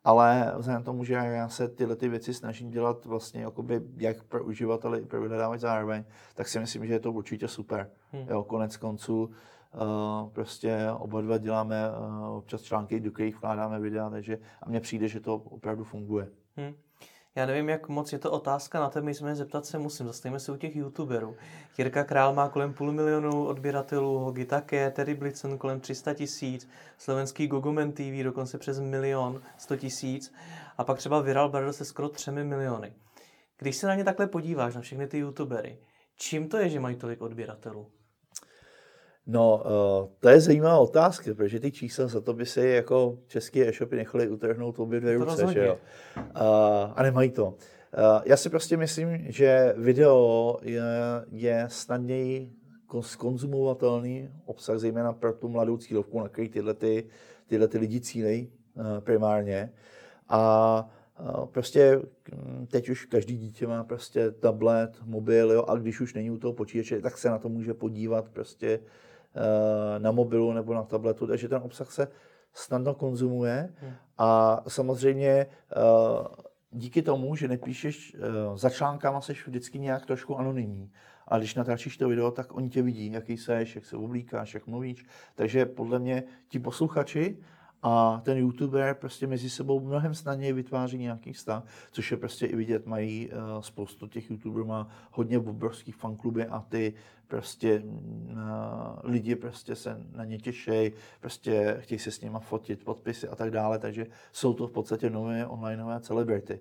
ale vzhledem tomu, že já se tyhle ty věci snažím dělat vlastně jakoby jak pro uživatele i pro vyhledávač zároveň, tak si myslím, že je to určitě super. Jo, konec konců prostě oba dva děláme občas články, do kterých vkládáme videa, takže a mně přijde, že to opravdu funguje. Já nevím, jak moc je to otázka na tebe, nicméně zeptat se musím. Zastavíme se u těch youtuberů. Jirka Král má kolem 500 000 odběratelů, Hogi také, Terry Blitzen kolem 300 000, slovenský Gogomen TV dokonce přes 1 100 000 a pak třeba Viral Brother se skoro 3 miliony. Když se na ně takhle podíváš, na všechny ty youtubery, čím to je, že mají tolik odběratelů? No, to je zajímavá otázka, protože ty čísla za to by si jako české e-shopy nechali utrhnout obě dvě ruce, že jo? A nemají to. Já si prostě myslím, že video je snadněji skonzumovatelný obsah, zejména pro tu mladou cílovku, na který tyhle ty lidi cílejí primárně. A prostě teď už každý dítě má prostě tablet, mobil, jo, a když už není u toho počítače, tak se na to může podívat prostě na mobilu nebo na tabletu, takže ten obsah se snadno konzumuje a samozřejmě díky tomu, že nepíšeš za článkama, seš vždycky nějak trošku anonymní. A když natáčíš to video, tak oni tě vidí, jaký seš, jak se oblíkáš, jak mluvíš. Takže podle mě ti posluchači a ten youtuber prostě mezi sebou mnohem snadněji vytváří nějaký vztah, což je prostě i vidět, mají spoustu těch youtuberů, má hodně obrovských fankluby a ty prostě lidi prostě se na ně těší, prostě chtějí se s nima fotit, podpisy a tak dále, takže jsou to v podstatě nové onlineové celebrity.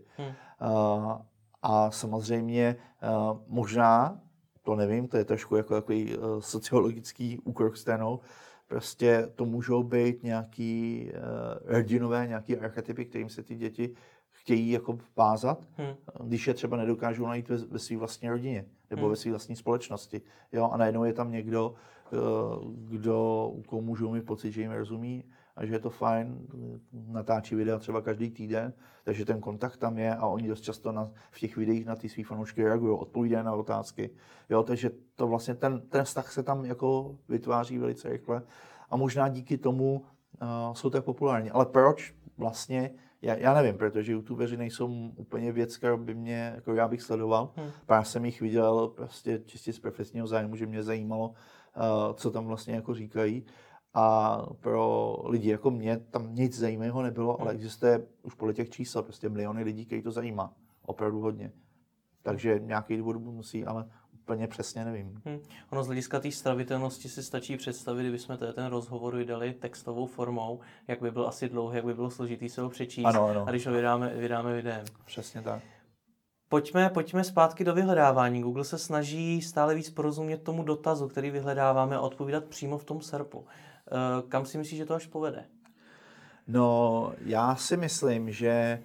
A samozřejmě možná, to nevím, to je trošku jako takový sociologický úkrok stranou, prostě to můžou být nějaký hrdinové, nějaký archetypy, kterým se ty děti chtějí jako vázat, když je třeba nedokážou najít ve své vlastní rodině nebo ve své vlastní společnosti. Jo? A najednou je tam někdo, u koho můžou mít pocit, že jim rozumí a že je to fajn, natáčí videa třeba každý týden, takže ten kontakt tam je a oni dost často v těch videích na ty svý fanoušky reagují, odpovídají na otázky. Jo? Takže to vlastně ten vztah se tam jako vytváří velice rychle a možná díky tomu jsou tak populární. Ale proč vlastně? Já nevím, protože youtubeři nejsou úplně věc, kterou by mě, jako já bych sledoval. Pár jsem jich viděl prostě čistě z profesního zájmu, že mě zajímalo, co tam vlastně jako říkají. A pro lidi jako mě tam nic zajímavého nebylo, ale existuje už podle těch čísel prostě miliony lidí, kteří to zajímá. Opravdu hodně. Takže nějaký důvod musí, ale úplně přesně nevím. Ono z hlediska té stravitelnosti si stačí představit, kdybychom ten rozhovor vydali textovou formou, jak by byl asi dlouhý, jak by bylo složitý se ho přečíst. Ano. A když ho vydáme videem. Přesně tak. Pojďme zpátky do vyhledávání. Google se snaží stále víc porozumět tomu dotazu, který vyhledáváme a odpovídat přímo v tom SERPu. Kam si myslíš, že to až povede? No, já si myslím, že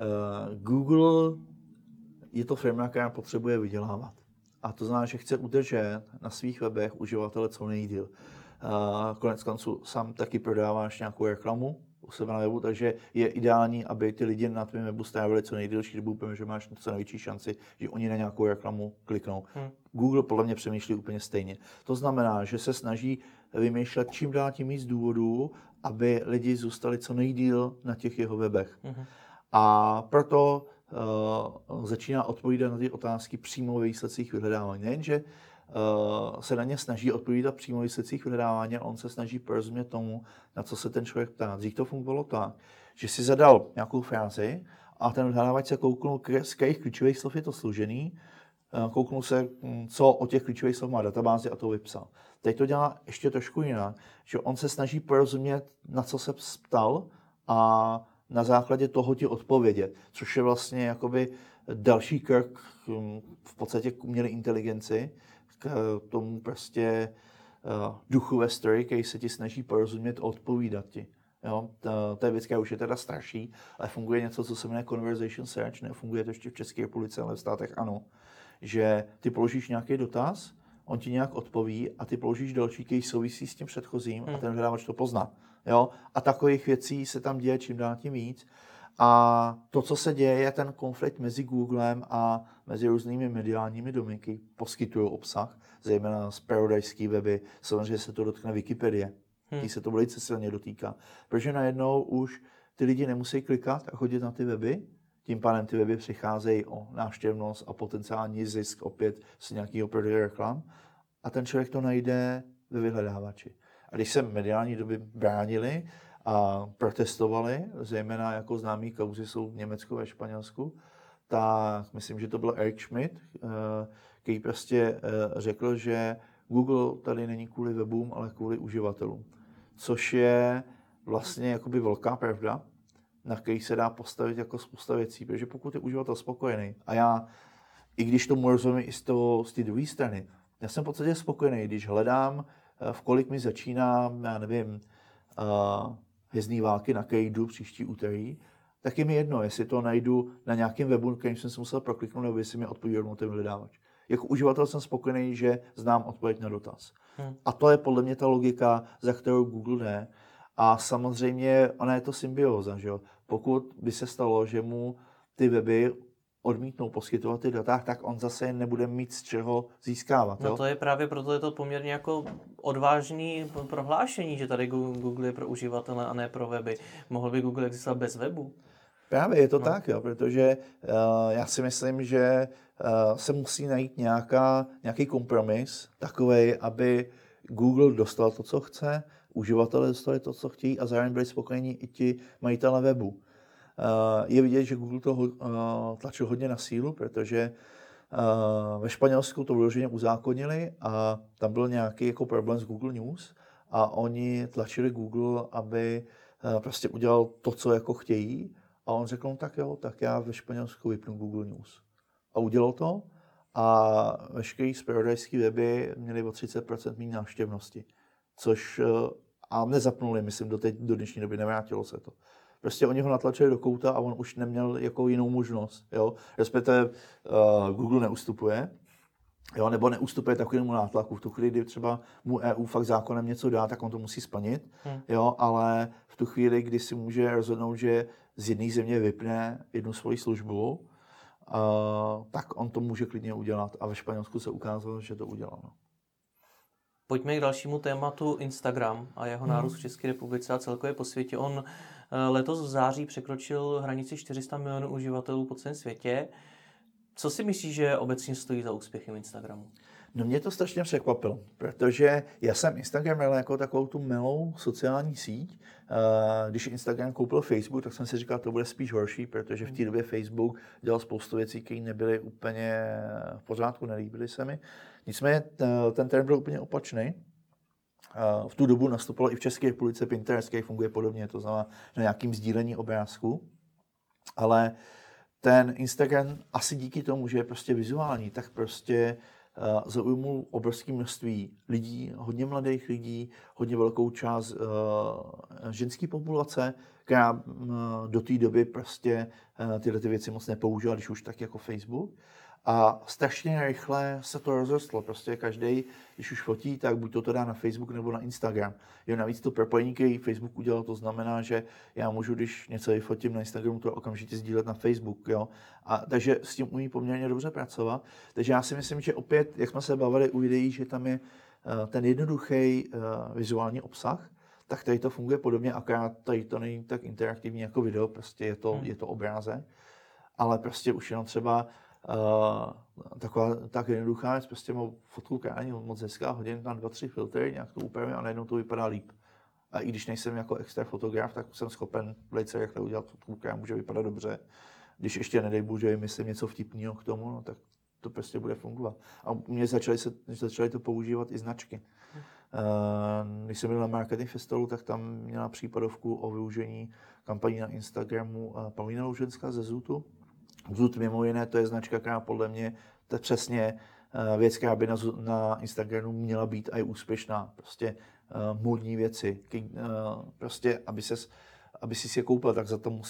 Google je to firma, která potřebuje vydělávat. A to znamená, že chce udržet na svých webech uživatele co nejdýl. Konec konců sám taky prodáváš nějakou reklamu u sebe na webu, takže je ideální, aby ty lidi na tvém webu strávili co nejdelší dobu, protože máš co největší šanci, že oni na nějakou reklamu kliknou. Google podle mě přemýšlí úplně stejně. To znamená, že se snaží vymýšlet čím dál tím víc důvodů, aby lidi zůstali co nejdýl na těch jeho webech. A proto začíná odpovídat na ty otázky přímo ve výsledcích vyhledávání. Nejenže se na ně snaží odpovídat přímo ve výsledcích vyhledávání, ale on se snaží porozumět tomu, na co se ten člověk ptá. Dřív to fungovalo tak, že si zadal nějakou frázi a ten vyhledávač se kouknul, z kterých klíčových slov je to složený, kouknul se, co o těch klíčových slov má databázi a to vypsal. Teď to dělá ještě trošku jinak, že on se snaží porozumět, na co se ptal a na základě toho ti odpovědět, což je vlastně jakoby další krok v podstatě k umělé inteligenci, k tomu prostě duchu ve story, který se ti snaží porozumět a odpovídat ti. Jo? To je věc, která už je teda starší, ale funguje něco, co se jmenuje Conversation Search, nefunguje to ještě v České republice, ale v státech ano, že ty položíš nějaký dotaz, on ti nějak odpoví a ty položíš další, který souvisí s tím předchozím a ten vyhledávač to pozná. Jo? A takových věcí se tam děje čím dál tím víc. A to, co se děje, je ten konflikt mezi Googlem a mezi různými mediálními domy, poskytují obsah, zejména zpravodajské weby. Samozřejmě se to dotkne Wikipedie, který se to velice silně dotýká. Protože najednou už ty lidi nemusí klikat a chodit na ty weby, tím pádem ty weby přicházejí o návštěvnost a potenciální zisk opět z nějakého prodeje reklam a ten člověk to najde ve vyhledávači. A když se mediální doby bránili a protestovali, zejména jako známý kauzy jsou v Německu, ve Španělsku, tak myslím, že to byl Eric Schmidt, který prostě řekl, že Google tady není kvůli webům, ale kvůli uživatelům. Což je vlastně jakoby velká pravda, na který se dá postavit jako spousta věcí, protože pokud je uživatel spokojený, a já, i když tomu rozumím i z té druhé strany, já jsem v podstatě spokojený, když hledám, v kolik mi začíná, já nevím, Hvězdný války, na který jdu příští úterý, tak je mi jedno, jestli to najdu na nějakém webu, kterým jsem si musel prokliknout, nebo jestli mi odpoví rovnou ten vyhledávač. Jako uživatel jsem spokojený, že znám odpověď na dotaz. A to je podle mě ta logika, za kterou Google jde. A samozřejmě ona je to symbioza, že jo. Pokud by se stalo, že mu ty weby odmítnou poskytovat ty data, tak on zase nebude mít z čeho získávat. No jo? to je právě proto je to poměrně jako odvážný prohlášení, že tady Google je pro uživatele a ne pro weby. Mohl by Google existovat bez webu? Právě je to tak, jo, protože já si myslím, že se musí najít nějaký kompromis takovej, aby Google dostal to, co chce, uživatelé dostali to, co chtějí a zároveň byli spokojení i ti majitele webu. Je vidět, že Google to tlačil hodně na sílu, protože ve Španělsku to vyloženě uzákonili a tam byl nějaký jako problém s Google News a oni tlačili Google, aby prostě udělal to, co jako chtějí a on řekl, no tak jo, tak já ve Španělsku vypnu Google News. A udělal to a veškerý zpravodajský weby měli o 30% méně návštěvnosti, což a nezapnuli, myslím, do dnešní doby, nevrátilo se to. Prostě oni ho natlačili do kouta a on už neměl jako jinou možnost. Jo? Respektive Google neustupuje, jo? Nebo neustupuje takovému nátlaku. V tu chvíli, kdy třeba mu EU fakt zákonem něco dá, tak on to musí splnit. Jo? Ale v tu chvíli, kdy si může rozhodnout, že z jedné země vypne jednu svoji službu, tak on to může klidně udělat. A ve Španělsku se ukázalo, že to udělal. No. Pojďme k dalšímu tématu Instagram a jeho nárůst v České republice a celkově po světě. On letos v září překročil hranici 400 milionů uživatelů po celém světě. Co si myslíš, že obecně stojí za úspěchem Instagramu? No mě to strašně překvapilo, protože já jsem Instagram měl jako takovou tu milou sociální síť. Když Instagram koupil Facebook, tak jsem si říkal, to bude spíš horší, protože v té době Facebook dělal spoustu věcí, které nebyly úplně v pořádku, nelíbily se mi. Nicméně ten trend byl úplně opačný. V tu dobu nastupoval i v České republice Pinterest, který funguje podobně, to znamená na nějakým sdílení obrázku. Ale ten Instagram asi díky tomu, že je prostě vizuální, tak prostě zaujmul obrovské množství lidí, hodně mladých lidí, hodně velkou část ženské populace, která do té doby prostě tyhle ty věci moc nepoužila, když už tak jako Facebook. A strašně rychle se to rozrostlo. Prostě každý, když už fotí, tak buď to dá na Facebook nebo na Instagram. Jo, navíc to propojení, který Facebook udělal, to znamená, že já můžu, když něco vyfotím na Instagramu, to okamžitě sdílet na Facebook. Jo? A takže s tím umí poměrně dobře pracovat. Takže já si myslím, že opět, jak jsme se bavili u videí, že tam je ten jednoduchý vizuální obsah, tak tady to funguje podobně, akorát tady to není tak interaktivní jako video, prostě je to obrázek. Ale prostě už jenom třeba taková tak jednoduchá věc, prostě mám fotku, která není moc hezká, hodím tam 2-3 filtry, nějak to upravím a najednou to vypadá líp. A i když nejsem jako extra fotograf, tak jsem schopen velice rychle udělat fotku, která může vypadat dobře. Když ještě nedej bože vymyslím něco vtipného k tomu, no, tak to prostě bude fungovat. A mě začaly to používat i značky. Když jsem byl na Marketing Festivalu, tak tam měla případovku o využení kampaní na Instagramu Pavlína Luženská ze Zootu. Zoot mimo jiné, to je značka, která podle mě, to je přesně věc, která by na Instagramu měla být a je úspěšná. Prostě módní věci. Prostě, aby si je koupil, tak za to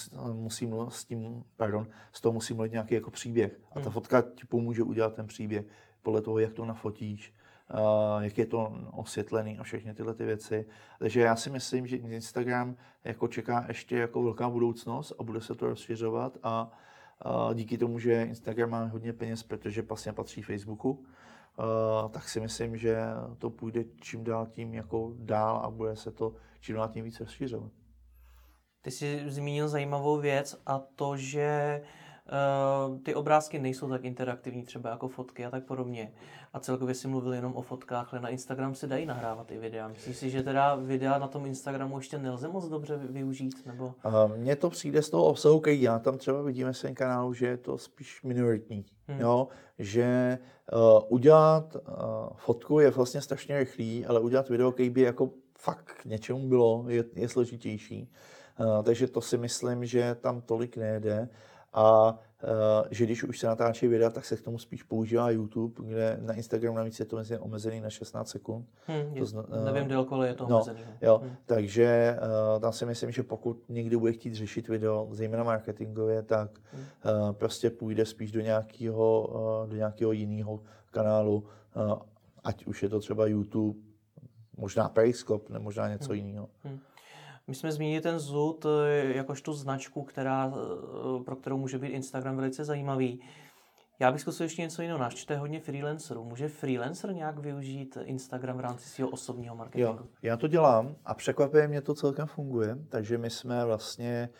z toho musí mluvit nějaký jako příběh. A ta fotka ti pomůže udělat ten příběh podle toho, jak to nafotíš, jak je to osvětlený a všechny tyhle ty věci. Takže já si myslím, že Instagram jako čeká ještě jako velká budoucnost a bude se to rozšiřovat a díky tomu, že Instagram má hodně peněz, protože vlastně patří Facebooku, tak si myslím, že to půjde čím dál tím jako dál a bude se to čím dál tím víc rozšiřovat. Ty jsi zmínil zajímavou věc a to, že ty obrázky nejsou tak interaktivní třeba jako fotky a tak podobně. A celkově si mluvil jenom o fotkách, ale na Instagram se dají nahrávat i videa. Myslíš si, že teda videa na tom Instagramu ještě nelze moc dobře využít? Nebo? Mně to přijde z toho obsahu, který já tam třeba vidíme svém kanálu, že je to spíš minoritní. Jo? Že udělat fotku je vlastně strašně rychlý, ale udělat video, který by jako fakt k něčemu bylo, je složitější. Takže to si myslím, že tam tolik nejde. A že když už se natáčí videa, tak se k tomu spíš používá YouTube, kde na Instagramu navíc je to omezený na 16 sekund. Nevím, délko, ale je to omezený. Jo, takže tam si myslím, že pokud někdo bude chtít řešit video, zejména marketingově, tak prostě půjde spíš do nějakého jiného kanálu, ať už je to třeba YouTube, možná Periscope, nebo možná něco jiného. My jsme zmínili ten ZUT jakožto značku, pro kterou může být Instagram velice zajímavý. Já bych zkusil ještě něco jiného. Nás čte hodně freelancerů. Může freelancer nějak využít Instagram v rámci svého osobního marketingu? Jo, já to dělám a překvapivě mě to celkem funguje. Takže my jsme vlastně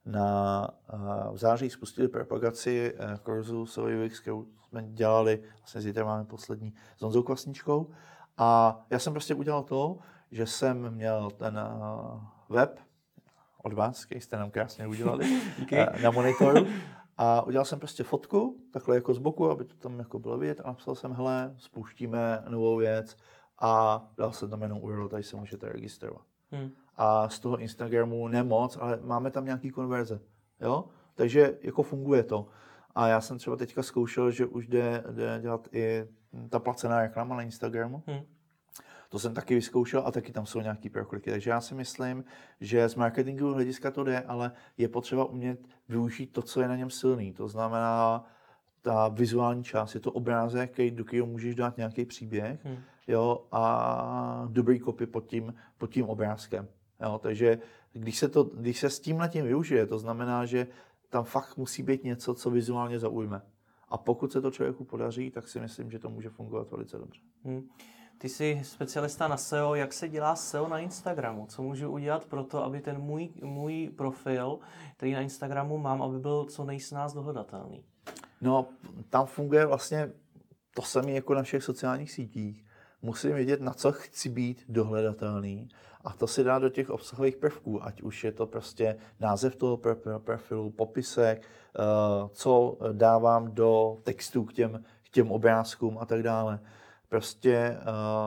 v září spustili propagaci kurzu SEO UX, kterou jsme dělali, vlastně zítra máme poslední s Honzou Kvasničkou. A já jsem prostě udělal to, že jsem měl ten web od vás, který jste nám krásně udělali na monitoru. A udělal jsem prostě fotku, takhle jako z boku, aby to tam jako bylo vidět. A napsal jsem, hele, spouštíme novou věc a dal jsem tam jenom URL, tady se můžete registrovat. A z toho Instagramu nemoc, ale máme tam nějaký konverze. Jo? Takže jako funguje to. A já jsem třeba teďka zkoušel, že už jde dělat i ta placená reklama na Instagramu. To jsem taky vyzkoušel a taky tam jsou nějaký prokliky. Takže já si myslím, že z marketingového hlediska to jde, ale je potřeba umět využít to, co je na něm silný. To znamená ta vizuální část. Je to obrázek, do kterého můžeš dát nějaký příběh, jo, a dobrý copy pod tím obrázkem. Jo. Takže když se s tímhletím využije, to znamená, že tam fakt musí být něco, co vizuálně zaujme. A pokud se to člověku podaří, tak si myslím, že to může fungovat velice dobře. Ty jsi specialista na SEO. Jak se dělá SEO na Instagramu? Co můžu udělat pro to, aby ten můj profil, který na Instagramu mám, aby byl co nejsnáz dohledatelný? No, tam funguje vlastně to samé jako na všech sociálních sítích. Musím vědět, na co chci být dohledatelný. A to si dá do těch obsahových prvků, ať už je to prostě název toho profilu, popisek, co dávám do textu k těm obrázkům a tak dále. Prostě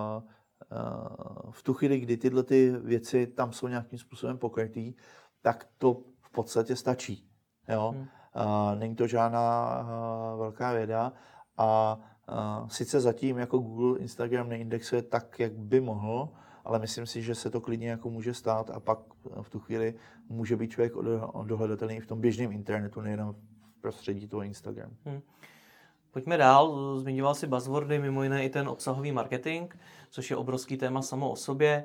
v tu chvíli, kdy tyhle ty věci tam jsou nějakým způsobem pokrytý, tak to v podstatě stačí. Jo? Není to žádná velká věda a sice zatím jako Google Instagram neindexuje tak, jak by mohl, ale myslím si, že se to klidně jako může stát a pak v tu chvíli může být člověk dohledatelný v tom běžném internetu, nejenom v prostředí toho Instagramu. Pojďme dál. Zmiňoval si buzzwordy, mimo jiné i ten obsahový marketing, což je obrovský téma samo o sobě.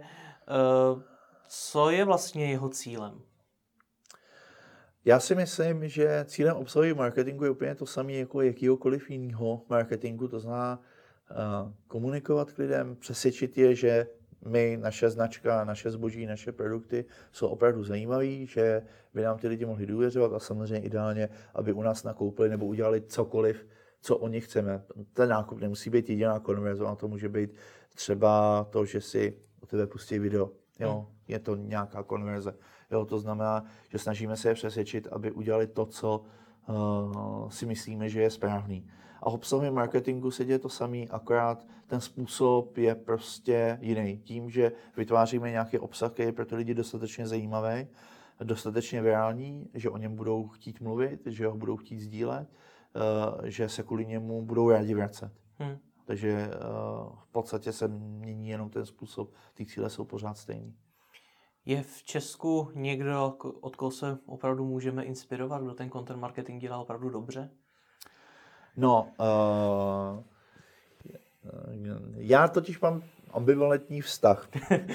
Co je vlastně jeho cílem? Já si myslím, že cílem obsahového marketingu je úplně to samé jako jakýhokoliv jiného marketingu, to znamená komunikovat k lidem, přesvědčit je, že my, naše značka, naše zboží, naše produkty jsou opravdu zajímavý, že by nám ty lidi mohli důvěřovat a samozřejmě ideálně, aby u nás nakoupili nebo udělali cokoliv, co o nich chceme. Ten nákup nemusí být jediná konverze, a to může být třeba to, že si o tebe pustí video. Jo? Je to nějaká konverze. Jo? To znamená, že snažíme se je přesvědčit, aby udělali to, co si myslíme, že je správný. A v obsahovém marketingu se děje to samé, akorát ten způsob je prostě jiný. Tím, že vytváříme nějaký obsah, který je pro ty lidi dostatečně zajímavý, dostatečně virální, že o něm budou chtít mluvit, že ho budou chtít sdílet, že se kvůli němu budou rádi vracet. Takže v podstatě se mění jenom ten způsob, ty cíle jsou pořád stejný. Je v Česku někdo, od koho se opravdu můžeme inspirovat, kdo ten content marketing dělá opravdu dobře? No, já totiž mám ambivalentní vztah.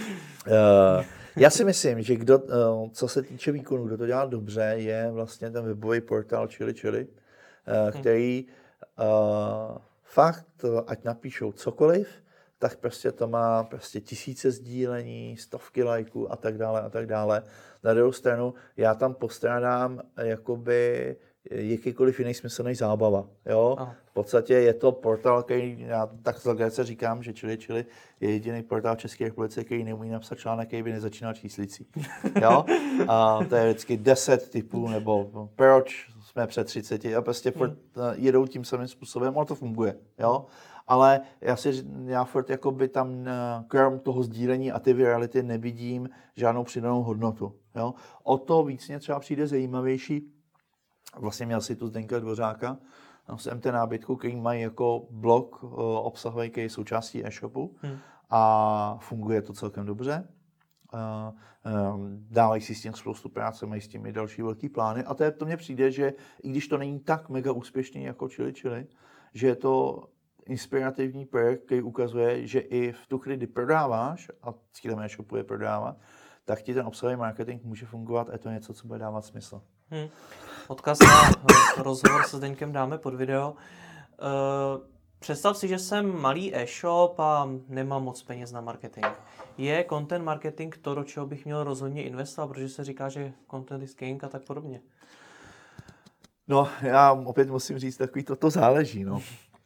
Já si myslím, že co se týče výkonu, kdo to dělá dobře, je vlastně ten webový portál Chili, který fakt, ať napíšou cokoliv, tak prostě to má prostě tisíce sdílení, stovky lajků a tak dále a tak dále. Na druhou stranu já tam postrádám jakoby jakýkoliv jiný smysl než zábava. Jo? V podstatě je to portál, který já tak se říkám, že Chili je jediný portál v České republice, který neumí napsat článek, který by nezačínal číslicí. Jo? A to je vždycky 10 typů, nebo proč jsme před 30 a prostě jedou tím samým způsobem, ale to funguje. Jo? Ale já furt jakoby tam krom toho sdílení a ty virality nevidím žádnou přidanou hodnotu. Jo? O to víc mě třeba přijde zajímavější. Vlastně měl si tu Zdeňka Dvořáka z MT Nábytku, který mají jako blog obsahový, který je součástí e-shopu a funguje to celkem dobře. Dávají si s tím spoustu práce, mají s tím i další velký plány a to mně přijde, že i když to není tak mega úspěšný jako Chili, že je to inspirativní projekt, který ukazuje, že i v tu chvíli, kdy prodáváš, a cílem e-shopu je prodávat, tak ti ten obsahový marketing může fungovat a je to něco, co bude dávat smysl. Odkaz na rozhovor se Zdeňkem dáme pod video. Představ si, že jsem malý e-shop a nemám moc peněz na marketing. Je content marketing to, do čeho bych měl rozhodně investovat, protože se říká, že content is king a tak podobně? No, já opět musím říct, takový to záleží. No.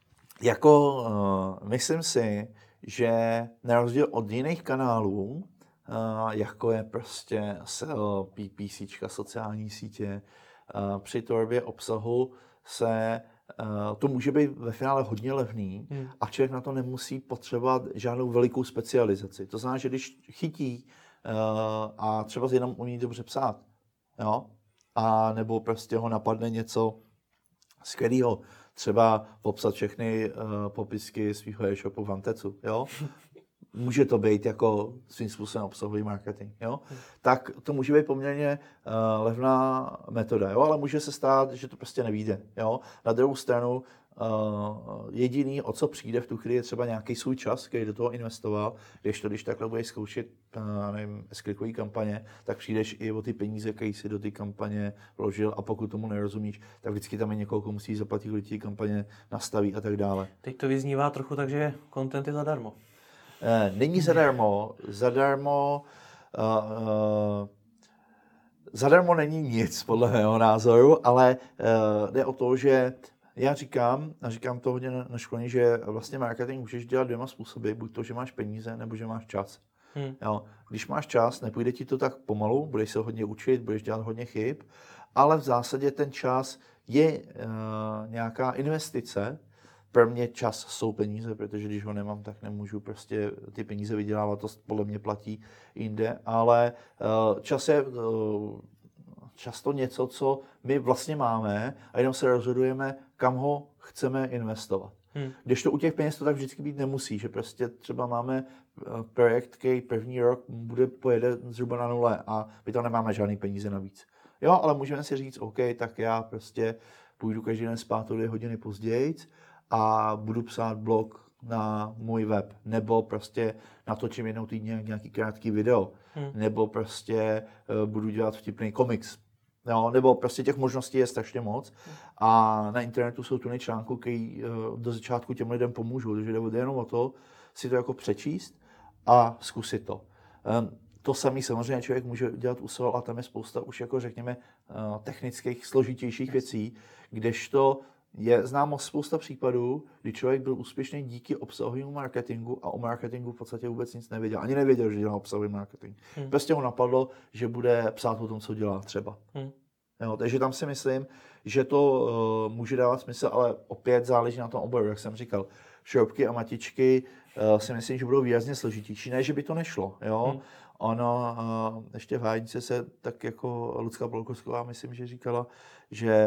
Myslím si, že na rozdíl od jiných kanálů, jako je prostě SEO, PPC, sociální sítě, při tvorbě obsahu to může být ve finále hodně levný a člověk na to nemusí potřebovat žádnou velikou specializaci. To znamená, že když chytí a třeba jenom umí dobře psát, jo, a nebo prostě ho napadne něco skvělého, třeba popsat všechny popisky svého e-shopu v Antecu, jo, může to být jako svým způsobem obsahový marketing, jo? Tak to může být poměrně levná metoda, jo? Ale může se stát, že to prostě nevyjde. Jo? Na druhou stranu jediný, o co přijde v tu chvíli, je třeba nějaký svůj čas, který do toho investoval, když takhle budeš zkoušet S-klikový kampaně, tak přijdeš i o ty peníze, které si do té kampaně vložil a pokud tomu nerozumíš, tak vždycky tam je někoho, komu musíš zaplatit, kdo ti kampaně nastaví a tak dále. Teď to vyznívá trochu tak, že content je zadarmo. Není zadarmo není nic, podle mého názoru, ale jde o to, že já říkám to hodně na školení, že vlastně marketing můžeš dělat dvěma způsoby, buď to, že máš peníze, nebo že máš čas. Jo, když máš čas, nepůjde ti to tak pomalu, budeš se hodně učit, budeš dělat hodně chyb, ale v zásadě ten čas je nějaká investice. Pro mě čas jsou peníze, protože když ho nemám, tak nemůžu prostě ty peníze vydělávat, to podle mě platí jinde, ale čas je často něco, co my vlastně máme a jenom se rozhodujeme, kam ho chceme investovat. Když to u těch peněz to tak vždycky být nemusí, že prostě třeba máme projekt, který první rok pojede zhruba na nule a my tam nemáme žádný peníze navíc. Jo, ale můžeme si říct, OK, tak já prostě půjdu každý den spát o 2 hodiny později a budu psát blog na můj web, nebo prostě natočím jednou týdně nějaký krátký video, nebo prostě budu dělat vtipný komiks. No, nebo prostě těch možností je strašně moc a na internetu jsou tuny článků, který do začátku těm lidem pomůžou, takže jde jenom o to si to jako přečíst a zkusit to. To samý samozřejmě člověk může dělat u SEO a tam je spousta už jako řekněme technických, složitějších věcí, kdežto je známo spousta případů, kdy člověk byl úspěšný díky obsahovému marketingu a o marketingu v podstatě vůbec nic nevěděl. Ani nevěděl, že dělá obsahový marketing. Prostě ho napadlo, že bude psát o tom, co dělá třeba. Jo, takže tam si myslím, že to může dávat smysl, ale opět záleží na tom oboru, jak jsem říkal. Šroubky a matičky si myslím, že budou výrazně složitější. Ne, že by to nešlo. Jo? Ono, ještě v hájnice se tak jako Lucka Polkovsková, myslím, že říkala, že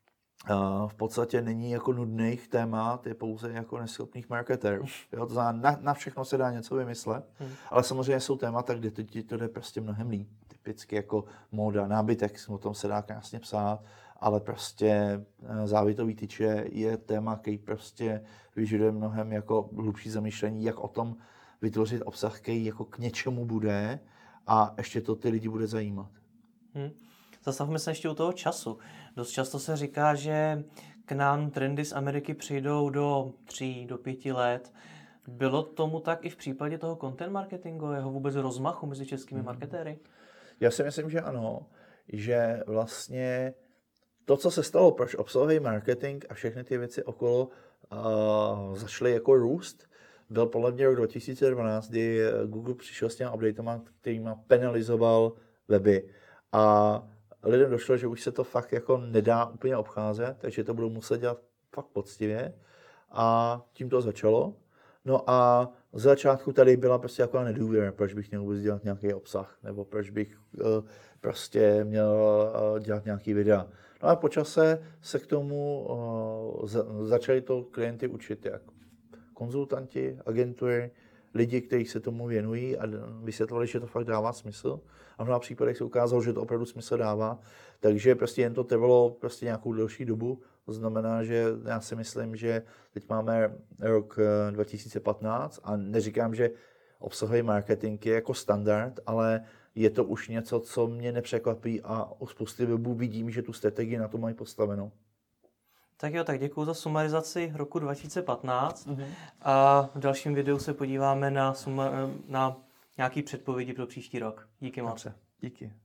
v podstatě není jako nudných témat, je pouze jako neschopných marketérů. Jo? To znamená, na všechno se dá něco vymyslet, ale samozřejmě jsou témata, kde to jde prostě mnohem líp. Typicky jako móda, nábytek, o tom se dá krásně psát, ale prostě závitový tyče je téma, který prostě vyžaduje mnohem jako hlubší zamýšlení, jak o tom vytvořit obsah, který jako k něčemu bude a ještě to ty lidi bude zajímat. Zastavme se ještě u toho času. Dost často se říká, že k nám trendy z Ameriky přijdou do 3, do 5 let. Bylo tomu tak i v případě toho content marketingu, jeho vůbec rozmachu mezi českými marketéry? Já si myslím, že ano, že vlastně to, co se stalo, proč obsahový marketing a všechny ty věci okolo začaly jako růst, byl podle mě rok 2012, kdy Google přišel s těmi updatama, kterýma penalizoval weby. A lidem došlo, že už se to fakt jako nedá úplně obcházet, takže to budou muset dělat fakt poctivě. A tím to začalo. No a z začátku tady byla prostě jako nedůvěra, proč bych měl vůbec dělat nějaký obsah, nebo proč bych prostě měl dělat nějaký videa. No a po čase se k tomu začali to klienty učit, jak konzultanti, agentury, lidi, kteří se tomu věnují a vysvětlovali, že to fakt dává smysl. A v mnoha případech se ukázalo, že to opravdu smysl dává. Takže prostě jen to trvalo prostě nějakou delší dobu. To znamená, že já si myslím, že teď máme rok 2015 a neříkám, že obsahový marketing je jako standard, ale je to už něco, co mě nepřekvapí a u spousty webů vidím, že tu strategii na to mají postavenou. Tak jo, tak děkuji za sumarizaci roku 2015 a v dalším videu se podíváme na nějaké předpovědi pro příští rok. Díky moc. Díky.